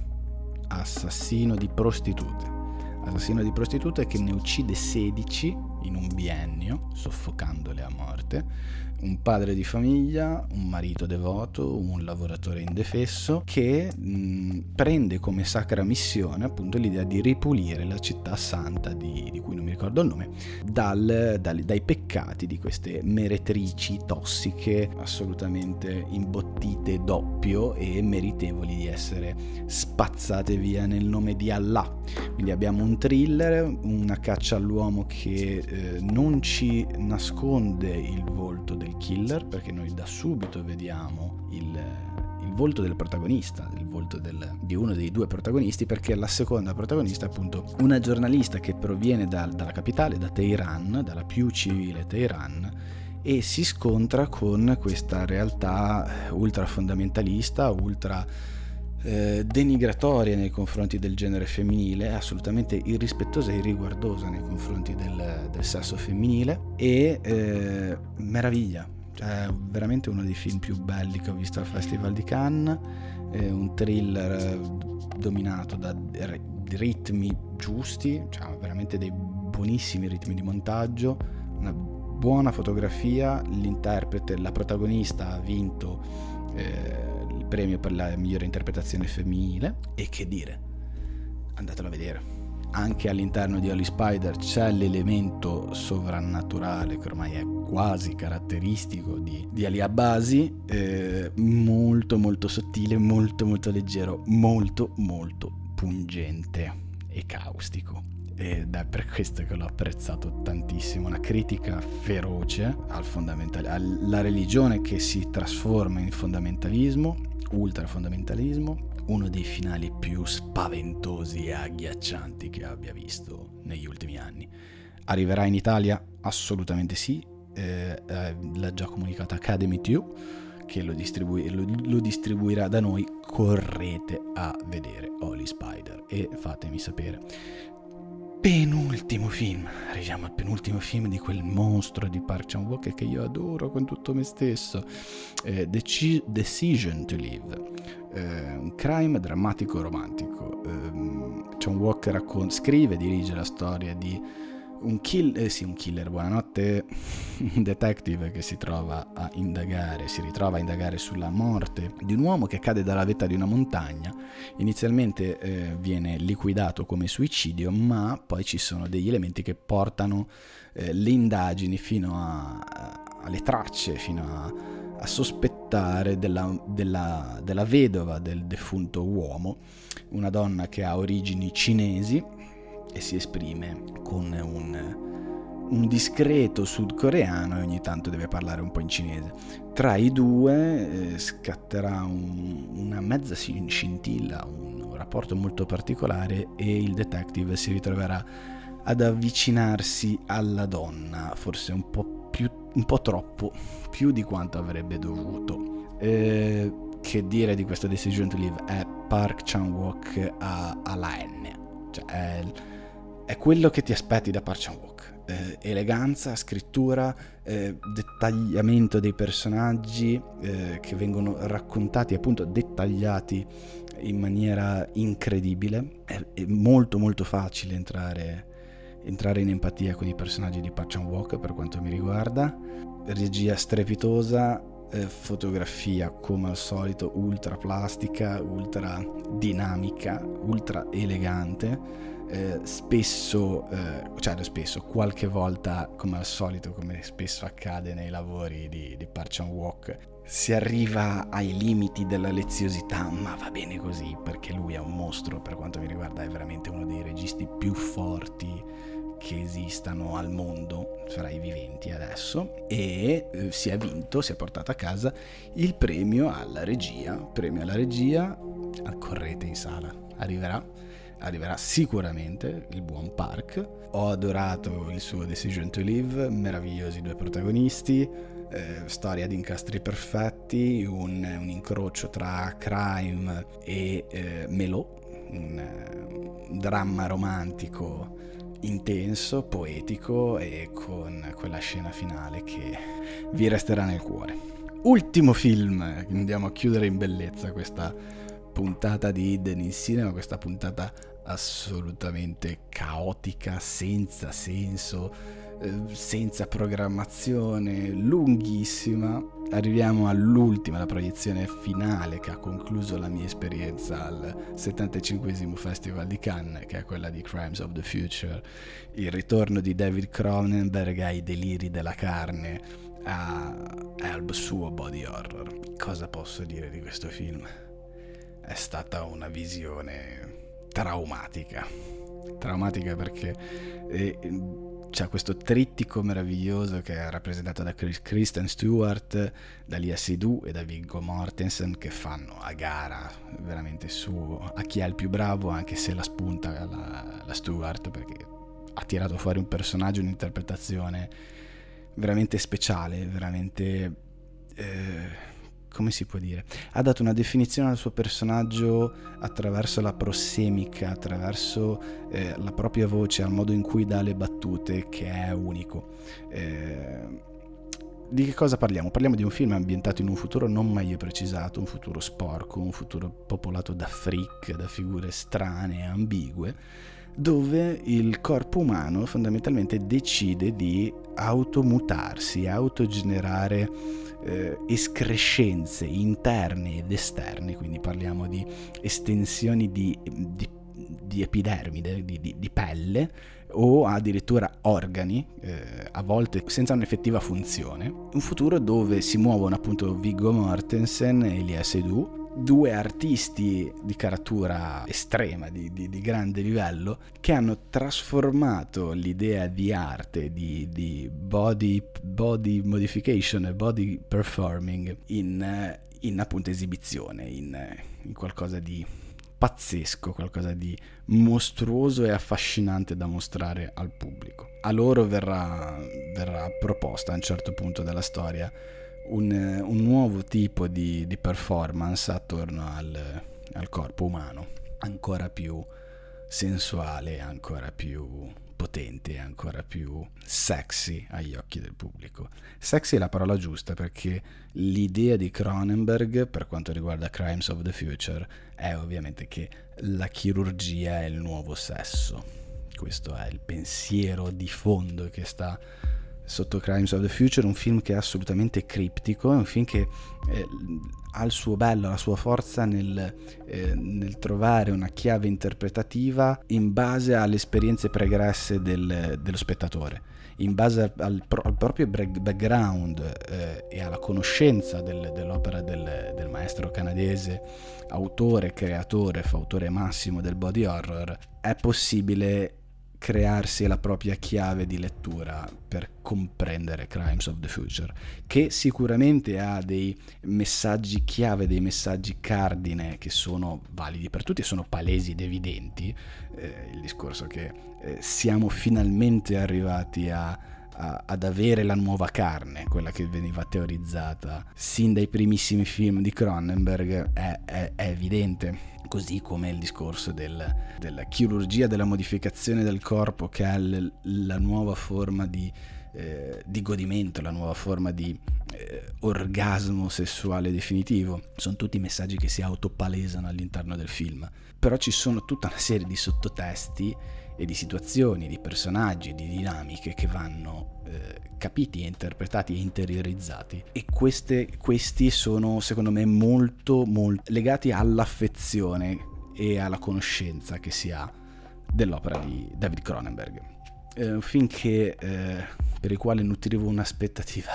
assassino di prostitute assassino di prostitute che ne uccide sedici in un biennio, soffocandole a morte, un padre di famiglia, un marito devoto, un lavoratore indefesso, che mh, prende come sacra missione appunto l'idea di ripulire la città santa di, di cui non mi ricordo il nome, dal, dal, dai peccati di queste meretrici tossiche assolutamente imbottite doppio e meritevoli di essere spazzate via nel nome di Allah. Quindi abbiamo un thriller, una caccia all'uomo che eh, non ci nasconde il volto del killer, perché noi da subito vediamo il, il volto del protagonista, il volto del, di uno dei due protagonisti, perché la seconda protagonista è appunto una giornalista che proviene da, dalla capitale, da Teheran, dalla più civile Teheran, e si scontra con questa realtà ultra fondamentalista, ultra Eh, denigratoria nei confronti del genere femminile, assolutamente irrispettosa e irriguardosa nei confronti del, del sesso femminile, e eh, meraviglia, cioè veramente uno dei film più belli che ho visto al Festival di Cannes, eh, un thriller dominato da ritmi giusti, cioè veramente dei buonissimi ritmi di montaggio, una buona fotografia, l'interprete, la protagonista ha vinto eh, il premio per la migliore interpretazione femminile, e che dire, andatelo a vedere. Anche all'interno di Holy Spider c'è l'elemento sovrannaturale che ormai è quasi caratteristico di, di Ali Abbasi, eh, molto molto sottile, molto molto leggero, molto molto pungente e caustico, ed è per questo che l'ho apprezzato tantissimo. Una critica feroce al fondamentale, alla religione che si trasforma in fondamentalismo, ultrafondamentalismo, uno dei finali più spaventosi e agghiaccianti che abbia visto negli ultimi anni. Arriverà in Italia? Assolutamente sì, eh, eh, l'ha già comunicato Academy due, che lo, distribui- lo, lo distribuirà da noi correte a vedere Holy Spider e fatemi sapere. Penultimo film, arriviamo al penultimo film di quel mostro di Park Chan-wook che io adoro con tutto me stesso, eh, Deci- Decision to Live, eh, un crime drammatico romantico. eh, Chan-wook raccon- scrive e dirige la storia di un, kill- eh sì, un killer, buonanotte, un detective che si trova a indagare, si ritrova a indagare sulla morte di un uomo che cade dalla vetta di una montagna. Inizialmente eh, viene liquidato come suicidio, ma poi ci sono degli elementi che portano eh, le indagini fino a, a, alle tracce, fino a, a sospettare della, della, della vedova del defunto uomo, una donna che ha origini cinesi e si esprime con un, un discreto sudcoreano e ogni tanto deve parlare un po' in cinese. Tra i due eh, scatterà un, una mezza scintilla, un rapporto molto particolare e il detective si ritroverà ad avvicinarsi alla donna, forse un po' più, un po' troppo, più di quanto avrebbe dovuto. Eh, che dire di questa Decision to Live? È Park Chan-wook a, alla N, cioè è È quello che ti aspetti da Park Chan-wook, eh, eleganza, scrittura, eh, dettagliamento dei personaggi eh, che vengono raccontati, appunto dettagliati in maniera incredibile. È, è molto molto facile entrare, entrare in empatia con i personaggi di Park Chan-wook per quanto mi riguarda. Regia strepitosa, eh, fotografia come al solito ultra plastica, ultra dinamica, ultra elegante. Eh, spesso, eh, cioè spesso, qualche volta, come al solito, come spesso accade nei lavori di, di Park Chan-wook, si arriva ai limiti della leziosità, ma va bene così, perché lui è un mostro. Per quanto mi riguarda è veramente uno dei registi più forti che esistano al mondo fra i viventi adesso, e eh, si è vinto, si è portato a casa il premio alla regia, premio alla regia, correte in sala, arriverà. Arriverà sicuramente il buon Park. Ho adorato il suo Decision to Live, meravigliosi due protagonisti, eh, storia di incastri perfetti, un, un incrocio tra crime e eh, melò, un, un dramma romantico intenso, poetico e con quella scena finale che vi resterà nel cuore. Ultimo film, andiamo a chiudere in bellezza questa puntata di Hidden in Cinema, questa puntata assolutamente caotica, senza senso, eh, senza programmazione, lunghissima. Arriviamo all'ultima, la proiezione finale che ha concluso la mia esperienza al settantacinquesimo Festival di Cannes, che è quella di Crimes of the Future, il ritorno di David Cronenberg ai deliri della carne, a, al suo body horror. Cosa posso dire di questo film? È stata una visione traumatica, traumatica perché eh, c'è questo trittico meraviglioso che è rappresentato da Kristen Stewart, da Lia Seydoux e da Viggo Mortensen, che fanno a gara veramente su a chi è il più bravo, anche se la spunta la, la Stewart, perché ha tirato fuori un personaggio, un'interpretazione veramente speciale, veramente eh, come si può dire? Ha dato una definizione al suo personaggio attraverso la prossemica, attraverso eh, la propria voce, al modo in cui dà le battute, che è unico. Eh, di che cosa parliamo? Parliamo di un film ambientato in un futuro non mai precisato, un futuro sporco, un futuro popolato da freak, da figure strane e ambigue, dove il corpo umano fondamentalmente decide di automutarsi, autogenerare eh, escrescenze interne ed esterne, quindi parliamo di estensioni di, di, di epidermide, di, di, di pelle, o addirittura organi, eh, a volte senza un'effettiva funzione. Un futuro dove si muovono appunto Viggo Mortensen e Lia Seydoux, due artisti di caratura estrema, di, di, di grande livello, che hanno trasformato l'idea di arte, di, di body, body modification e body performing in, in appunto esibizione, in, in qualcosa di pazzesco, qualcosa di mostruoso e affascinante da mostrare al pubblico. A loro verrà, verrà proposta a un certo punto della storia un, un nuovo tipo di, di performance attorno al, al corpo umano, ancora più sensuale, ancora più potente, ancora più sexy agli occhi del pubblico. Sexy è la parola giusta, perché l'idea di Cronenberg per quanto riguarda Crimes of the Future è ovviamente che la chirurgia è il nuovo sesso. Questo è il pensiero di fondo che sta sotto Crimes of the Future, un film che è assolutamente criptico, è un film che eh, ha il suo bello, la sua forza nel, eh, nel trovare una chiave interpretativa in base alle esperienze pregresse del, dello spettatore, in base al, al proprio background eh, e alla conoscenza del, dell'opera del, del maestro canadese, autore, creatore, fautore massimo del body horror. È possibile crearsi la propria chiave di lettura per comprendere Crimes of the Future, che sicuramente ha dei messaggi chiave, dei messaggi cardine che sono validi per tutti e sono palesi ed evidenti. Eh, il discorso che eh, siamo finalmente arrivati a, a, ad avere la nuova carne, quella che veniva teorizzata sin dai primissimi film di Cronenberg, è, è, è evidente. Così come il discorso del, della chirurgia, della modificazione del corpo, che è l, la nuova forma di, eh, di godimento, la nuova forma di eh, orgasmo sessuale definitivo. Sono tutti messaggi che si autopalesano all'interno del film. Però ci sono tutta una serie di sottotesti e di situazioni, di personaggi, di dinamiche che vanno eh, capiti e interpretati e interiorizzati, e queste, questi sono secondo me molto molto legati all'affezione e alla conoscenza che si ha dell'opera di David Cronenberg. È un film che, eh, per il quale nutrivo un'aspettativa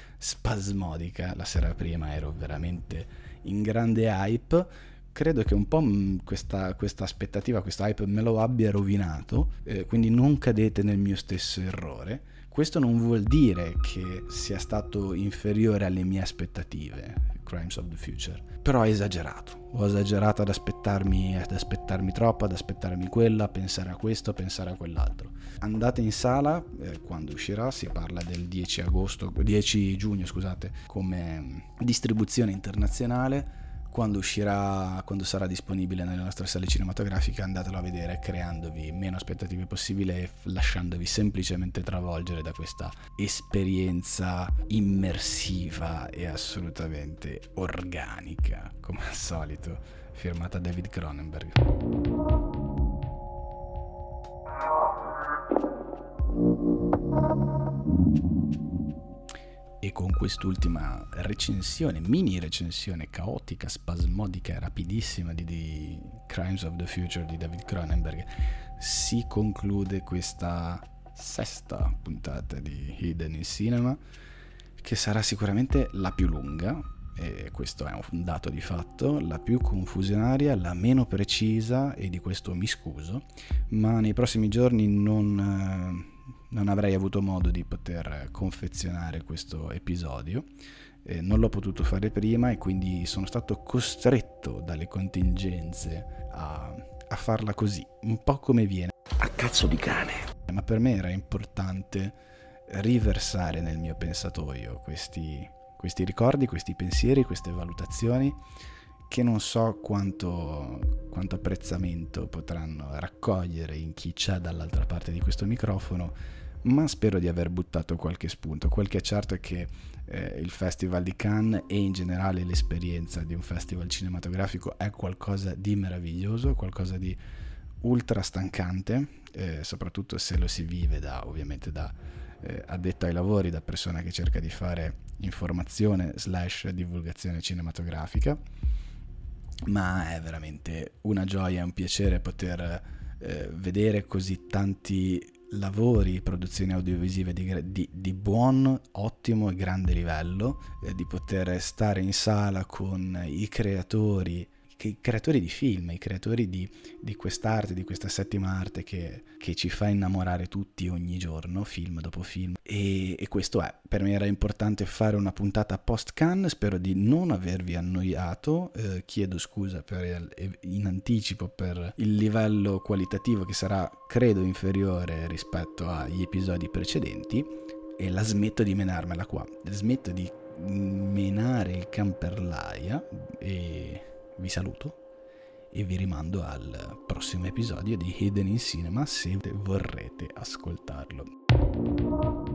spasmodica. La sera prima ero veramente in grande hype. Credo che un po' questa, questa aspettativa, questo hype me lo abbia rovinato, eh, quindi non cadete nel mio stesso errore. Questo non vuol dire che sia stato inferiore alle mie aspettative, Crimes of the Future, però ho esagerato, ho esagerato ad aspettarmi, ad aspettarmi troppo, ad aspettarmi quello, a pensare a questo, a pensare a quell'altro. Andate in sala, eh, quando uscirà, si parla del dieci agosto, dieci giugno, scusate, come distribuzione internazionale. Quando uscirà, quando sarà disponibile nelle nostre sale cinematografiche, andatelo a vedere creandovi meno aspettative possibile e lasciandovi semplicemente travolgere da questa esperienza immersiva e assolutamente organica, come al solito, firmata David Cronenberg. E con quest'ultima recensione, mini recensione caotica, spasmodica e rapidissima di, di Crimes of the Future di David Cronenberg, si conclude questa sesta puntata di Hidden in Cinema, che sarà sicuramente la più lunga, e questo è un dato di fatto, la più confusionaria, la meno precisa, e di questo mi scuso, ma nei prossimi giorni non... non avrei avuto modo di poter confezionare questo episodio, eh, non l'ho potuto fare prima e quindi sono stato costretto dalle contingenze a, a farla così, un po' come viene. A cazzo di cane. Ma per me era importante riversare nel mio pensatoio questi, questi ricordi, questi pensieri, queste valutazioni, che non so quanto, quanto apprezzamento potranno raccogliere in chi c'è dall'altra parte di questo microfono, ma spero di aver buttato qualche spunto. Quel che è certo è che eh, il Festival di Cannes e in generale l'esperienza di un festival cinematografico è qualcosa di meraviglioso, qualcosa di ultra stancante, eh, soprattutto se lo si vive da, ovviamente da eh, addetto ai lavori, da persona che cerca di fare informazione slash divulgazione cinematografica. Ma è veramente una gioia e un piacere poter eh, vedere così tanti lavori, produzioni audiovisive di, di, di buon, ottimo e grande livello, eh, di poter stare in sala con i creatori, i creatori di film, i creatori di, di quest'arte, di questa settima arte che, che ci fa innamorare tutti ogni giorno, film dopo film. E, e questo è, per me era importante fare una puntata post-Cannes, spero di non avervi annoiato, eh, chiedo scusa per, in anticipo per il livello qualitativo che sarà, credo, inferiore rispetto agli episodi precedenti, e la smetto di menarmela qua, smetto di menare il can per l'aia e vi saluto e vi rimando al prossimo episodio di Hidden in Cinema se vorrete ascoltarlo.